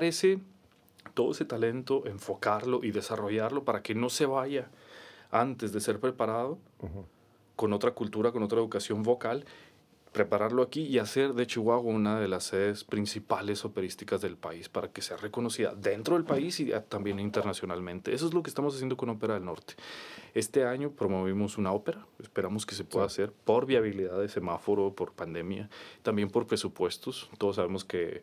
todo ese talento, enfocarlo y desarrollarlo para que no se vaya antes de ser preparado uh-huh. con otra cultura, con otra educación vocal, prepararlo aquí y hacer de Chihuahua una de las sedes principales operísticas del país para que sea reconocida dentro del país y también internacionalmente. Eso es lo que estamos haciendo con Ópera del Norte. Este año promovimos una ópera, esperamos que se pueda hacer por viabilidad de semáforo, por pandemia, también por presupuestos. Todos sabemos que,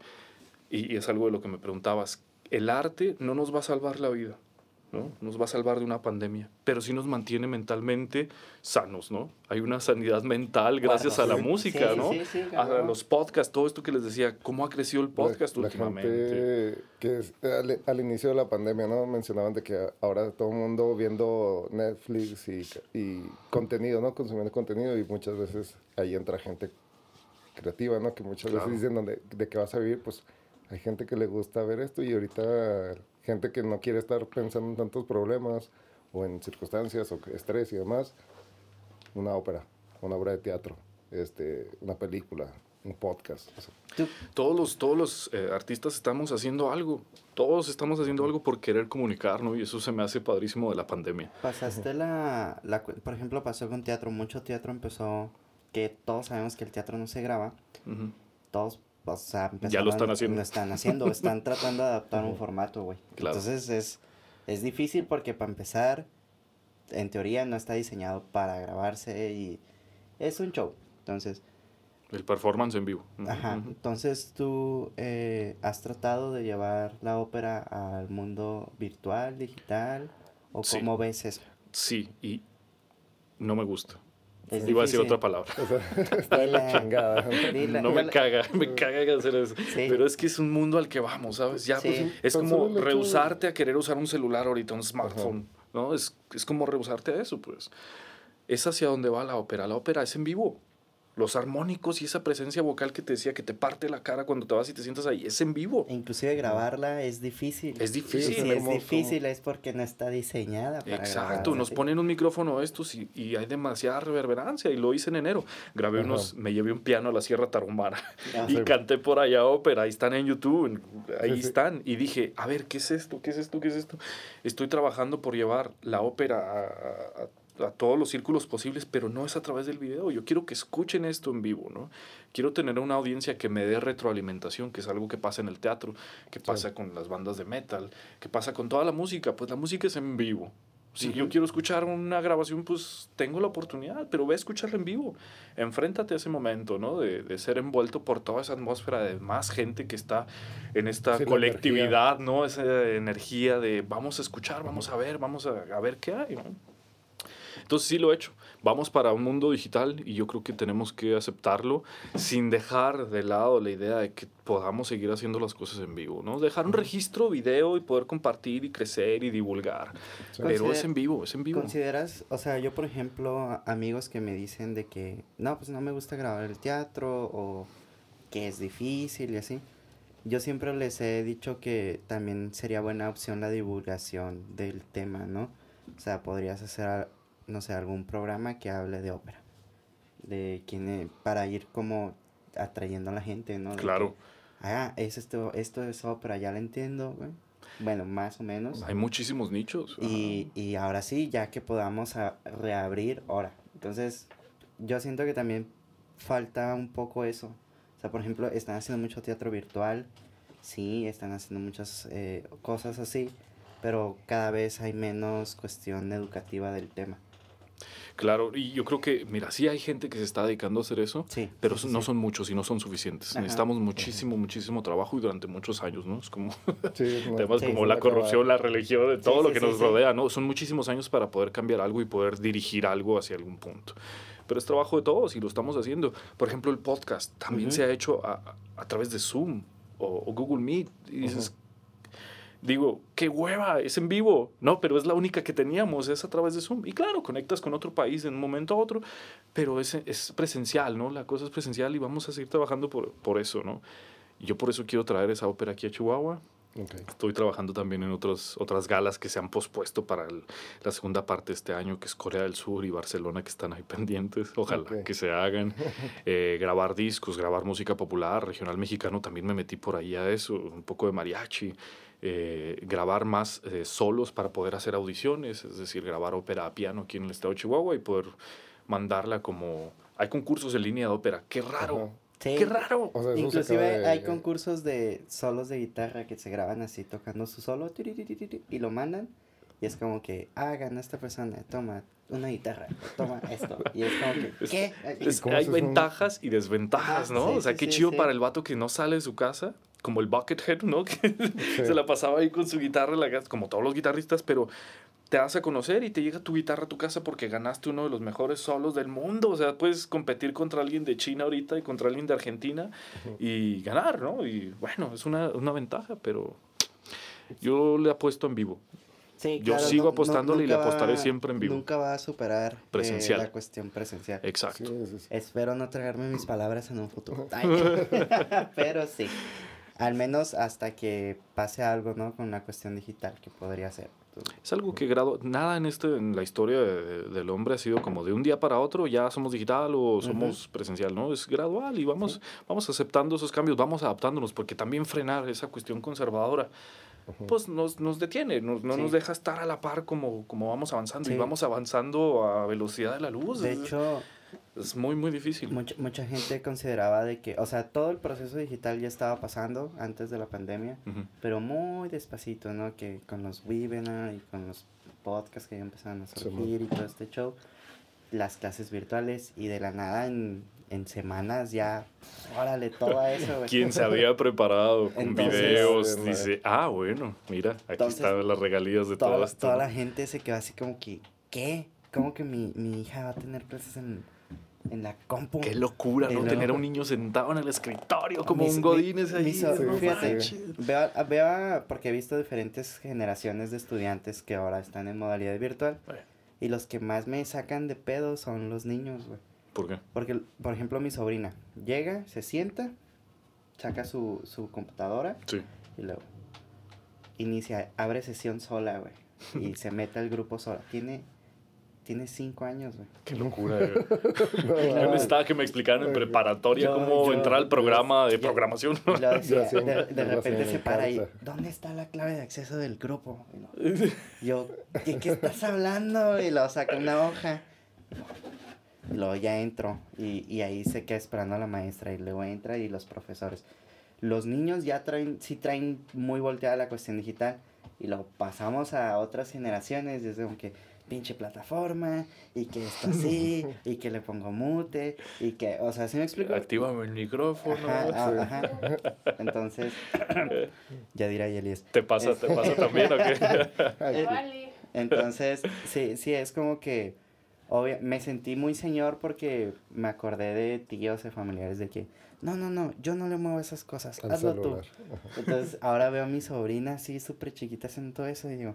y es algo de lo que me preguntabas, el arte no nos va a salvar la vida, ¿no? Nos va a salvar de una pandemia, pero sí nos mantiene mentalmente sanos, ¿no? Hay una sanidad mental gracias a la música, ¿no? Sí, claro. A los podcasts, todo esto que les decía, cómo ha crecido el podcast últimamente. Gente que al inicio de la pandemia, ¿no? Mencionaban de que ahora todo el mundo viendo Netflix y contenido, ¿no? Consumiendo contenido, y muchas veces ahí entra gente creativa, ¿no? Que muchas veces dicen de qué vas a vivir, pues hay gente que le gusta ver esto, y ahorita gente que no quiere estar pensando en tantos problemas o en circunstancias o estrés y demás. Una ópera, una obra de teatro, una película, un podcast. O sea. Todos los artistas estamos haciendo algo. Todos estamos haciendo algo por querer comunicar, ¿no? Y eso se me hace padrísimo de la pandemia. Pasaste por ejemplo, pasó con teatro. Mucho teatro empezó, que todos sabemos que el teatro no se graba. Uh-huh. Todos, o sea, ya lo están haciendo. Están tratando de adaptar un formato, güey. Claro. Entonces Es difícil porque para empezar, en teoría no está diseñado para grabarse y es un show. Entonces, El performance en vivo. ajá, entonces tú has tratado de llevar la ópera al mundo virtual, digital, o Sí. cómo ves eso. Sí, y no me gusta. Es Iba a decir difícil. otra palabra. O sea, está en la chingada. Dila, No me dila. caga hacer eso. Sí. Pero es que es un mundo al que vamos, ¿sabes? Ya, Sí. pues, es Tan como solo el hecho de- rehusarte a querer usar un celular ahorita, un smartphone, ¿no? Es como rehusarte a eso, pues. Es hacia donde va la ópera. La ópera es en vivo. Los armónicos y esa presencia vocal que te decía que te parte la cara cuando te vas y te sientas ahí, es en vivo. E inclusive grabarla es difícil. Es difícil. Si Sí, es como- difícil es porque no está diseñada para Exacto, grabarse nos así. ponen un micrófono estos y hay demasiada reverberancia y lo hice en enero. Grabé me llevé un piano a la Sierra Tarahumara Ah, y sí. canté por allá ópera, ahí están en YouTube, ahí Sí, sí. están. Y dije, a ver, ¿qué es esto? ¿Qué es esto? ¿Qué es esto? Estoy trabajando por llevar la ópera a todos los círculos posibles, pero no es a través del video. Yo quiero que escuchen esto en vivo, ¿no? Quiero tener una audiencia que me dé retroalimentación, que es algo que pasa en el teatro, que pasa con las bandas de metal, que pasa con toda la música. Pues la música es en vivo. Si yo quiero escuchar una grabación, pues tengo la oportunidad, pero ve a escucharla en vivo. Enfréntate a ese momento, ¿no? De ser envuelto por toda esa atmósfera de más gente que está en esta Sí, la colectividad, ¿no? Esa energía de vamos a escuchar, vamos a ver, vamos a ver qué hay, ¿no? Entonces sí lo he hecho. Vamos para un mundo digital y yo creo que tenemos que aceptarlo sin dejar de lado la idea de que podamos seguir haciendo las cosas en vivo, ¿no? Dejar un registro, video y poder compartir y crecer y divulgar. Sí. Pero es en vivo, es en vivo. ¿Consideras, o sea, yo por ejemplo, amigos que me dicen de que, no, pues no me gusta grabar el teatro o que es difícil y así? Yo siempre les he dicho que también sería buena opción la divulgación del tema, ¿no? O sea, podrías hacer, no sé, algún programa que hable de ópera. De quién, para ir como atrayendo a la gente, ¿no? De Claro. que, esto es ópera, ya lo entiendo, güey. Bueno, más o menos. Hay muchísimos nichos. Y ahora sí, ya que podamos reabrir, ahora. Entonces, yo siento que también falta un poco eso. O sea, por ejemplo, están haciendo mucho teatro virtual. Sí, están haciendo muchas cosas así. Pero cada vez hay menos cuestión educativa del tema. Claro, y yo creo que, mira, sí hay gente que se está dedicando a hacer eso, Sí. pero sí, no sí. son muchos y no son suficientes. Ajá. Necesitamos muchísimo trabajo y durante muchos años, ¿no? Es como Sí, no, temas Sí, como se la va a corrupción, la acabar. religión, de todo Sí, lo sí, que sí, nos sí. rodea, ¿no? Son muchísimos años para poder cambiar algo y poder dirigir algo hacia algún punto. Pero es trabajo de todos y lo estamos haciendo. Por ejemplo, el podcast también Ujú. se ha hecho a través de Zoom o Google Meet. Y dices, digo, qué hueva, es en vivo. No, pero es la única que teníamos, es a través de Zoom. Y claro, conectas con otro país en un momento a otro, pero es presencial, ¿no? La cosa es presencial y vamos a seguir trabajando por eso, ¿no? Y yo por eso quiero traer esa ópera aquí a Chihuahua. Ok. Estoy trabajando también en otras galas que se han pospuesto para la segunda parte de este año, que es Corea del Sur y Barcelona, que están ahí pendientes. Ojalá Ok. que se hagan. Grabar discos, grabar música popular, regional mexicano, también me metí por ahí a eso, un poco de mariachi. Grabar más solos para poder hacer audiciones, es decir, grabar ópera a piano aquí en el estado de Chihuahua y poder mandarla como... Hay concursos en línea de ópera, qué raro, Ajá. Sí. qué raro. O sea, eso se Inclusive acaba de- hay concursos de solos de guitarra que se graban así, tocando su solo, y lo mandan. Y es como que, gana esta persona, toma una guitarra, toma esto. Y es como que, ¿qué? ¿Cómo Hay se hace un- ventajas y desventajas, Ajá, ¿no? sí, O sea, sí, qué sí, chido sí. para el vato que no sale de su casa, como el Buckethead, ¿no? Que se la pasaba ahí con su guitarra en la casa, como todos los guitarristas, pero te das a conocer y te llega tu guitarra a tu casa porque ganaste uno de los mejores solos del mundo. O sea, puedes competir contra alguien de China ahorita y contra alguien de Argentina y ganar, ¿no? Y bueno, es una ventaja, pero yo le apuesto en vivo. Sí, Yo sigo apostándole y le nunca apostaré siempre en vivo. Nunca va a superar Presencial. la cuestión presencial. Exacto. Sí, sí, sí. Espero no tragarme mis palabras en un futuro. Ay, pero sí. Al menos hasta que pase algo, ¿no? Con la cuestión digital que podría ser. Es algo que nada en la historia del hombre ha sido como de un día para otro, ya somos digital o somos presencial, ¿no? Es gradual y vamos aceptando esos cambios, vamos adaptándonos, porque también frenar esa cuestión conservadora, pues nos detiene, no Sí. nos deja estar a la par como vamos avanzando Sí. y vamos avanzando a velocidad de la luz. De hecho, Es muy, muy difícil. Mucha gente consideraba de que, o sea, todo el proceso digital ya estaba pasando antes de la pandemia, pero muy despacito, ¿no? Que con los webinars y con los podcasts que ya empezaron a surgir y todo este show, las clases virtuales y de la nada en semanas ya, órale, todo eso, güey. ¿Quién se había preparado con Entonces, videos? Dice, bueno, mira, aquí entonces, están las regalías de todo esto. Toda la gente se quedó así como que, ¿qué? ¿Cómo que mi hija va a tener clases en la compu? Qué locura, ¿no? Tener a un niño sentado en el escritorio como un godínez ahí. Fíjate, veo, porque he visto diferentes generaciones de estudiantes que ahora están en modalidad virtual. Y los que más me sacan de pedo son los niños, güey. ¿Por qué? Porque, por ejemplo, mi sobrina llega, se sienta, saca su computadora. Sí. Y luego abre sesión sola, güey. Y se mete al grupo sola. Tiene 5 años, güey. Qué locura, güey. Yo necesitaba que me explicaran en preparatoria cómo entrar al programa de programación. Y lo decía, de repente se para ahí, ¿dónde está la clave de acceso del grupo? Yo, ¿qué estás hablando? Y luego saca una hoja. Y luego ya entro. Y ahí se queda esperando a la maestra. Y luego entra y los profesores. Los niños ya traen muy volteada la cuestión digital. Y lo pasamos a otras generaciones. Desde como que pinche plataforma, y que esto así, y que le pongo mute, y que, o sea, ¿sí me explico? Actívame el micrófono. Ajá. Entonces, ya dirá Yelis. ¿Te pasa también o qué? Entonces, sí, es como que, me sentí muy señor porque me acordé de tíos y familiares de que, no, yo no le muevo esas cosas, hazlo tú. Entonces, ahora veo a mi sobrina así, súper chiquita haciendo todo eso, y digo,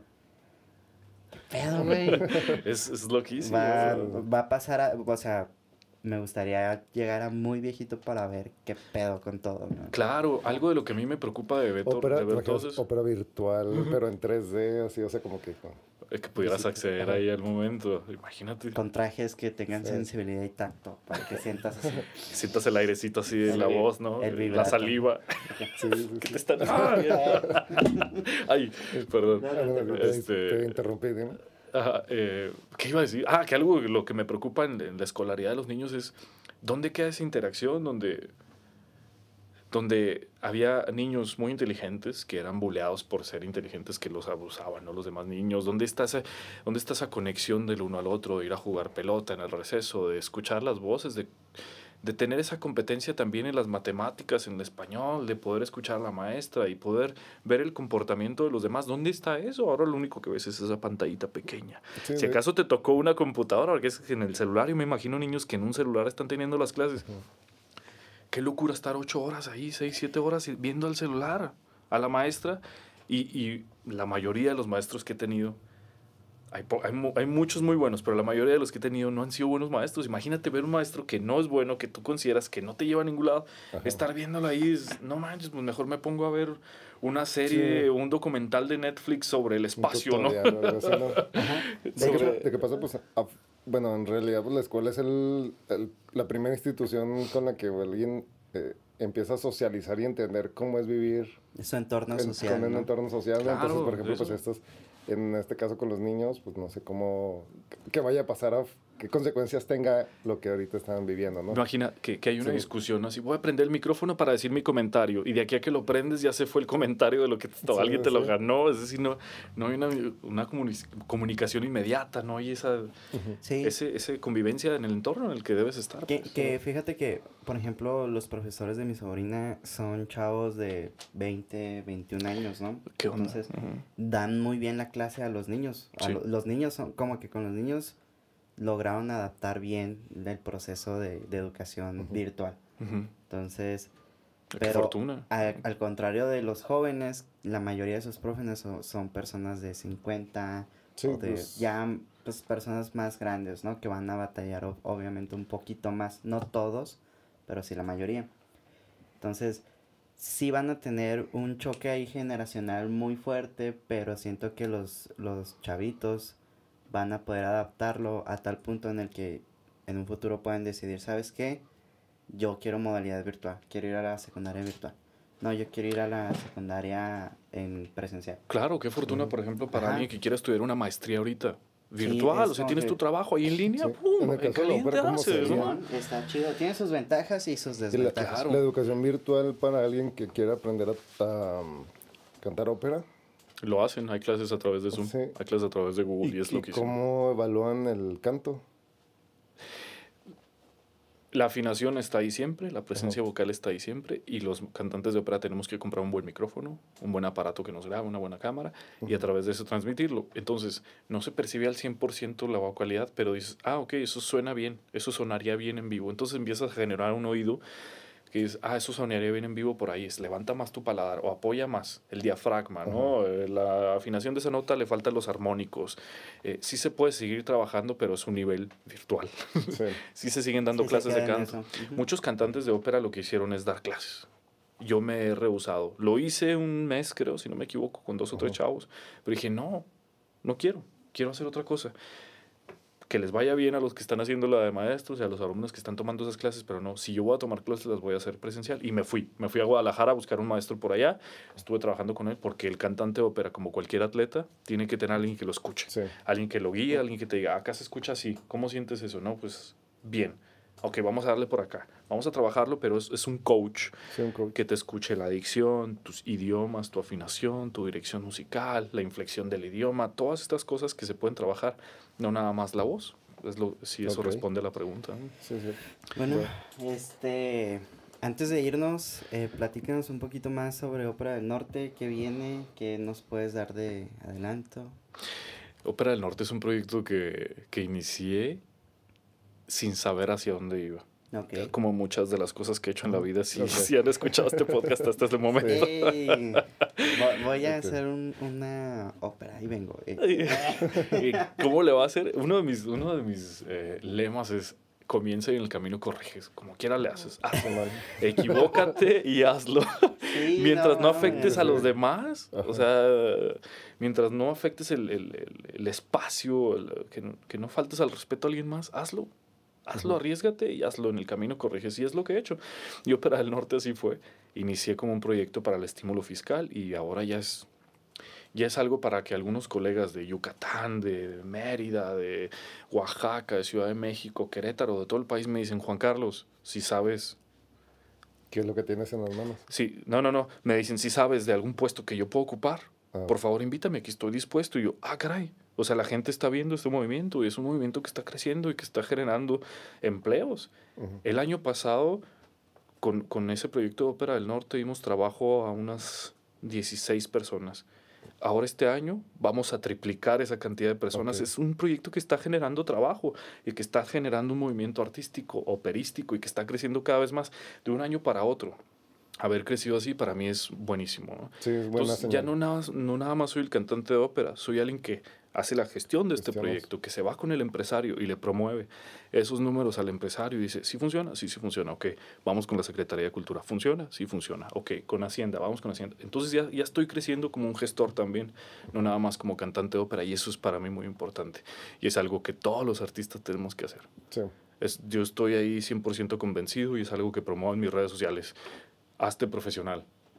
pedo, güey. Es loquísimo. Va a pasar o sea, me gustaría llegar a muy viejito para ver qué pedo con todo, ¿no? Claro, algo de lo que a mí me preocupa de Beto, ópera virtual, pero en 3D, así, o sea, como que... que pudieras acceder ahí al momento, imagínate. Con trajes que tengan sensibilidad y tacto, para que sientas así. Sientas el airecito así de la voz, ¿no? La saliva. Sí. Que te están... Ay, perdón. Te interrumpí, dime. ¿Qué iba a decir? Que algo lo que me preocupa en la escolaridad de los niños es ¿dónde queda esa interacción donde había niños muy inteligentes que eran buleados por ser inteligentes, que los abusaban, ¿no? Los demás niños. ¿Dónde está esa conexión del uno al otro, de ir a jugar pelota en el receso, de escuchar las voces, de tener esa competencia también en las matemáticas, en el español, de poder escuchar a la maestra y poder ver el comportamiento de los demás? ¿Dónde está eso? Ahora lo único que ves es esa pantallita pequeña. Sí, si acaso te tocó una computadora, porque es en el celular, yo me imagino niños que en un celular están teniendo las clases. Qué locura estar 8 horas ahí, 6, 7 horas viendo el celular a la maestra. Y la mayoría de los maestros que he tenido, hay muchos muy buenos, pero la mayoría de los que he tenido no han sido buenos maestros. Imagínate ver un maestro que no es bueno, que tú consideras que no te lleva a ningún lado, estar viéndolo ahí, no manches, pues mejor me pongo a ver una serie, un documental de Netflix sobre el espacio, ¿no? De qué pasa, pues, bueno, en realidad pues, la escuela es la primera institución con la que alguien empieza a socializar y entender cómo es vivir su entorno social. Con un entorno social. Claro, entonces, por ejemplo, pues en este caso con los niños, pues no sé qué vaya a pasar, qué consecuencias tenga lo que ahorita están viviendo, ¿no? Imagina que hay una discusión así, voy a prender el micrófono para decir mi comentario, y de aquí a que lo prendes ya se fue el comentario de lo que alguien te lo ganó, es decir, no hay una comunicación inmediata, no hay esa convivencia en el entorno en el que debes estar. Que fíjate que, por ejemplo, los profesores de mi sobrina son chavos de 20, 21 años, ¿no? ¿Qué onda? Entonces, dan muy bien la clase a los niños. Los niños son como que con los niños lograron adaptar bien el proceso de educación virtual. Entonces, qué fortuna. Al contrario de los jóvenes, la mayoría de sus profes son personas de 50 o de ya pues, personas más grandes, ¿no? Que van a batallar obviamente un poquito más, no todos, pero sí la mayoría. Entonces, sí van a tener un choque ahí generacional muy fuerte, pero siento que los chavitos van a poder adaptarlo a tal punto en el que en un futuro pueden decidir, ¿sabes qué? Yo quiero modalidad virtual, quiero ir a la secundaria virtual. No, yo quiero ir a la secundaria en presencial. Claro, qué fortuna, por ejemplo, para alguien que quiera estudiar una maestría ahorita. virtual, o sea, tienes tu trabajo ahí en línea, ¡pum! En caliente haces, ¿no? Está chido, tiene sus ventajas y sus desventajas. La educación virtual para alguien que quiera aprender a cantar ópera. Lo hacen, hay clases a través de Zoom, hay clases a través de Google y es lo que hicieron. ¿Cómo evalúan el canto? La afinación está ahí siempre, la presencia vocal está ahí siempre y los cantantes de ópera tenemos que comprar un buen micrófono, un buen aparato que nos grabe, una buena cámara y a través de eso transmitirlo. Entonces, no se percibe al 100% la vocalidad, pero dices, ok, eso suena bien, eso sonaría bien en vivo. Entonces empiezas a generar un oído que dices, eso sonaría bien en vivo por ahí, levanta más tu paladar o apoya más el diafragma, ¿no? La afinación de esa nota le faltan los armónicos. Sí se puede seguir trabajando, pero es un nivel virtual. Sí se siguen dando clases de canto. Muchos cantantes de ópera lo que hicieron es dar clases. Yo me he rehusado. Lo hice un mes, creo, si no me equivoco, con 2 o 3 chavos. Pero dije, no quiero hacer otra cosa. Que les vaya bien a los que están haciendo la de maestros y a los alumnos que están tomando esas clases, pero no, si yo voy a tomar clases las voy a hacer presencial. Y me fui a Guadalajara a buscar un maestro por allá, estuve trabajando con él, porque el cantante de ópera, como cualquier atleta, tiene que tener a alguien que lo escuche, alguien que lo guíe, alguien que te diga, acá se escucha así, ¿cómo sientes eso? No, pues bien, ok, vamos a darle por acá, vamos a trabajarlo, pero es un coach, que te escuche la dicción, tus idiomas, tu afinación, tu dirección musical, la inflexión del idioma, todas estas cosas que se pueden trabajar, no nada más la voz. Si eso responde a la pregunta, ¿no? Bueno, antes de irnos, platícanos un poquito más sobre Ópera del Norte, qué viene, qué nos puedes dar de adelanto. Ópera del Norte es un proyecto que inicié sin saber hacia dónde iba. Como muchas de las cosas que he hecho en la vida, si han escuchado este podcast hasta este momento. Voy a hacer una ópera, ahí vengo. ¿Cómo le va a hacer? Uno de mis lemas es, comienza y en el camino corriges, como quiera le haces, hazlo, equivócate y hazlo. Mientras no afectes a los demás, o sea, mientras no afectes el espacio, que no faltes al respeto a alguien más, hazlo. Hazlo, arriésgate y hazlo, en el camino corriges. Y es lo que he hecho. Y Ópera del Norte así fue. Inicié como un proyecto para el estímulo fiscal y ahora ya es algo para que algunos colegas de Yucatán, de Mérida, de Oaxaca, de Ciudad de México, Querétaro, de todo el país me dicen, Juan Carlos, si sabes... ¿Qué es lo que tienes en las manos? Sí, no. Me dicen, si sabes de algún puesto que yo puedo ocupar, por favor invítame, aquí estoy dispuesto. Y yo, caray. O sea, la gente está viendo este movimiento y es un movimiento que está creciendo y que está generando empleos. El año pasado, con ese proyecto de Ópera del Norte, dimos trabajo a unas 16 personas. Ahora este año vamos a triplicar esa cantidad de personas. Es un proyecto que está generando trabajo y que está generando un movimiento artístico, operístico y que está creciendo cada vez más de un año para otro. Haber crecido así para mí es buenísimo, ¿no? Sí, es buena señal. Ya no nada más soy el cantante de ópera, soy alguien que hace la gestión de este proyecto, que se va con el empresario y le promueve esos números al empresario y dice, ¿sí funciona? Sí funciona, ok, vamos con la Secretaría de Cultura, ¿funciona? Sí funciona, ok, con Hacienda, vamos con Hacienda. Entonces ya estoy creciendo como un gestor también, no nada más como cantante de ópera, y eso es para mí muy importante y es algo que todos los artistas tenemos que hacer. Sí. Yo estoy ahí 100% convencido y es algo que promuevo en mis redes sociales. Hazte profesional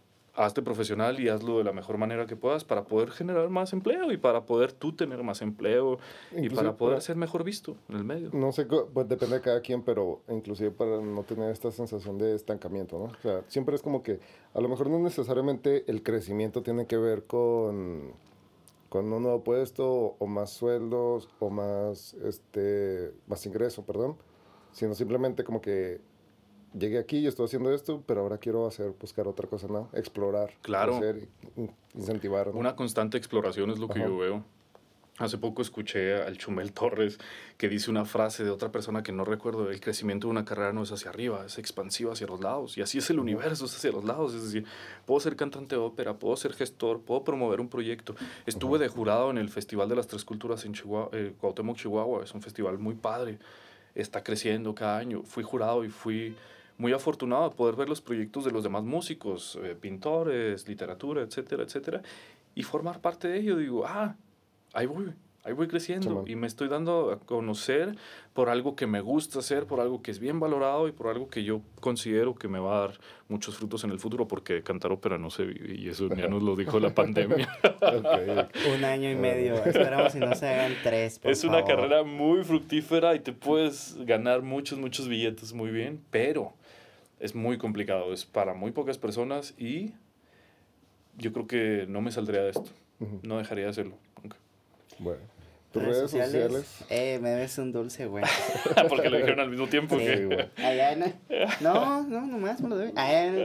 y hazlo de la mejor manera que puedas para poder generar más empleo y para poder tú tener más empleo y para poder ser mejor visto en el medio. No sé, pues depende de cada quien, pero inclusive para no tener esta sensación de estancamiento, ¿no? O sea, siempre es como que a lo mejor no necesariamente el crecimiento tiene que ver con un nuevo puesto o más sueldos o más ingreso, sino simplemente como que llegué aquí y estoy haciendo esto, pero ahora quiero buscar otra cosa, ¿no? Explorar, crecer, incentivar, ¿no? Una constante exploración es lo que yo veo. Hace poco escuché al Chumel Torres que dice una frase de otra persona que no recuerdo, el crecimiento de una carrera no es hacia arriba, es expansivo hacia los lados, y así es el universo, es hacia los lados, es decir, puedo ser cantante de ópera, puedo ser gestor, puedo promover un proyecto. Estuve de jurado en el Festival de las Tres Culturas en Cuauhtémoc, Chihuahua, es un festival muy padre, está creciendo cada año. Fui jurado y fui muy afortunado de poder ver los proyectos de los demás músicos, pintores, literatura, etcétera, etcétera, y formar parte de ello. Digo, ahí ahí voy creciendo Sí, y me estoy dando a conocer por algo que me gusta hacer, por algo que es bien valorado y por algo que yo considero que me va a dar muchos frutos en el futuro, porque de cantar ópera no se vive y eso ya nos lo dijo la pandemia. Okay. 1 año y medio. Esperamos si no se hagan 3, por Es una favor. carrera muy fructífera y te puedes ganar muchos, muchos billetes muy bien, pero es muy complicado, es para muy pocas personas y yo creo que no me saldría de esto, no dejaría de hacerlo nunca. Bueno, tus redes sociales. Me debes un dulce, güey. Porque lo dijeron al mismo tiempo. Sí, que... güey. Allá no, nomás me lo doy.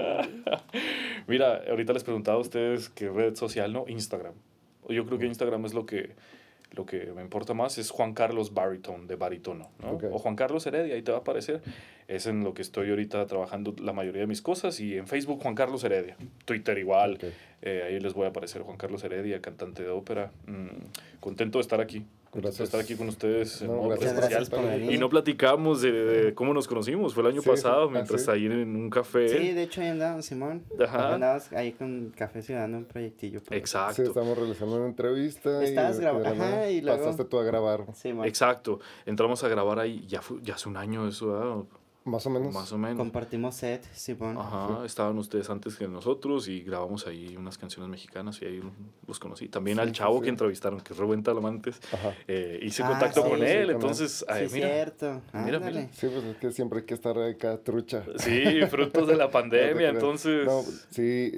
Mira, ahorita les preguntaba a ustedes qué red social, ¿no? Instagram. Yo creo que Instagram es lo que me importa más, es Juan Carlos Baritone, de barítono, ¿no? Okay. O Juan Carlos Heredia, ahí te va a aparecer. Es en lo que estoy ahorita trabajando la mayoría de mis cosas. Y en Facebook, Juan Carlos Heredia. Twitter igual. Okay. Ahí les voy a aparecer Juan Carlos Heredia, cantante de ópera. Contento de estar aquí. Contento de estar aquí con ustedes en modo gracias por venir. Y no platicamos de cómo nos conocimos. Fue el año pasado, mientras ahí en un café. Sí, de hecho ahí andábamos, Simón. Ajá. Andábamos ahí con Café Ciudadano, un proyectillo. Exacto. Sí, estamos realizando una entrevista. Estabas grabando. Ajá, y luego pasaste tú a grabar. Sí, man. Exacto. Entramos a grabar ahí. Ya hace un año eso, ¿verdad? Más o menos. Más o menos. Compartimos set, Simón. Ajá, estaban ustedes antes que nosotros y grabamos ahí unas canciones mexicanas y ahí los conocí. También al chavo que entrevistaron, que es Rubén Talamantes, hice contacto con él, entonces, sí, mira. Cierto. Mira. Sí, pues es que siempre hay que estar acá trucha. Sí, frutos de la pandemia, entonces... No, sí,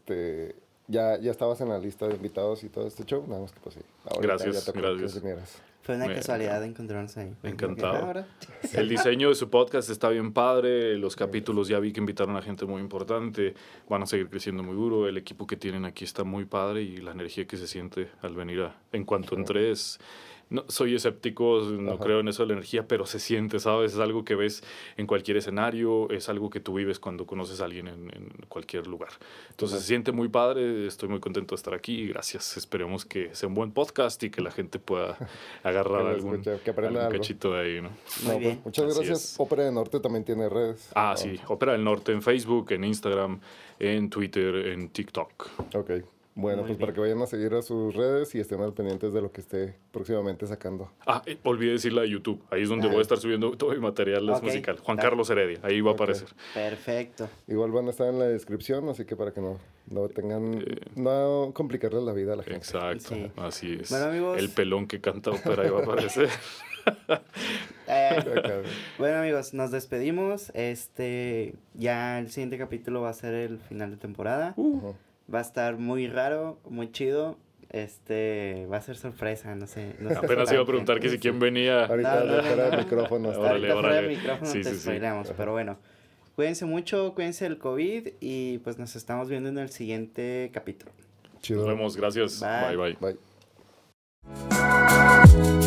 ya estabas en la lista de invitados y todo este show, nada más que pues sí. Gracias. Fue una casualidad encontrarnos ahí. Encantado. El diseño de su podcast está bien padre. Los capítulos ya vi que invitaron a gente muy importante. Van a seguir creciendo muy duro. El equipo que tienen aquí está muy padre y la energía que se siente al venir en cuanto entré es... No, soy escéptico, no creo en eso de la energía, pero se siente, ¿sabes? Es algo que ves en cualquier escenario, es algo que tú vives cuando conoces a alguien en cualquier lugar. Entonces se siente muy padre, estoy muy contento de estar aquí y gracias. Esperemos que sea un buen podcast y que la gente pueda agarrar algún cachito de ahí, ¿no? Muy bien. Pues, muchas gracias. Ópera del Norte también tiene redes. Sí, Ópera del Norte en Facebook, en Instagram, en Twitter, en TikTok. Ok. Bueno, Muy pues bien. para que vayan a seguir a sus redes y estén al pendientes de lo que esté próximamente sacando. Olvidé decir la de YouTube. Ahí es donde voy a estar subiendo todo mi material musical. Juan Carlos Heredia, ahí va a aparecer. Perfecto. Igual van a estar en la descripción, así que para que no tengan, no complicarles la vida a la gente. Exacto, Sí. así es. Bueno, amigos. El pelón que canta ópera ahí va a aparecer. Bueno, amigos, nos despedimos. Ya el siguiente capítulo va a ser el final de temporada. Va a estar muy raro, muy chido. Va a ser sorpresa, no sé. Apenas iba a preguntar que si quién venía. Ahorita fuera del micrófono. Órale. Fuera del micrófono Sí, te sí. spoileamos, pero bueno. Cuídense mucho, cuídense del COVID y pues nos estamos viendo en el siguiente capítulo. Chido. Nos vemos, gracias. Bye. Bye. Bye.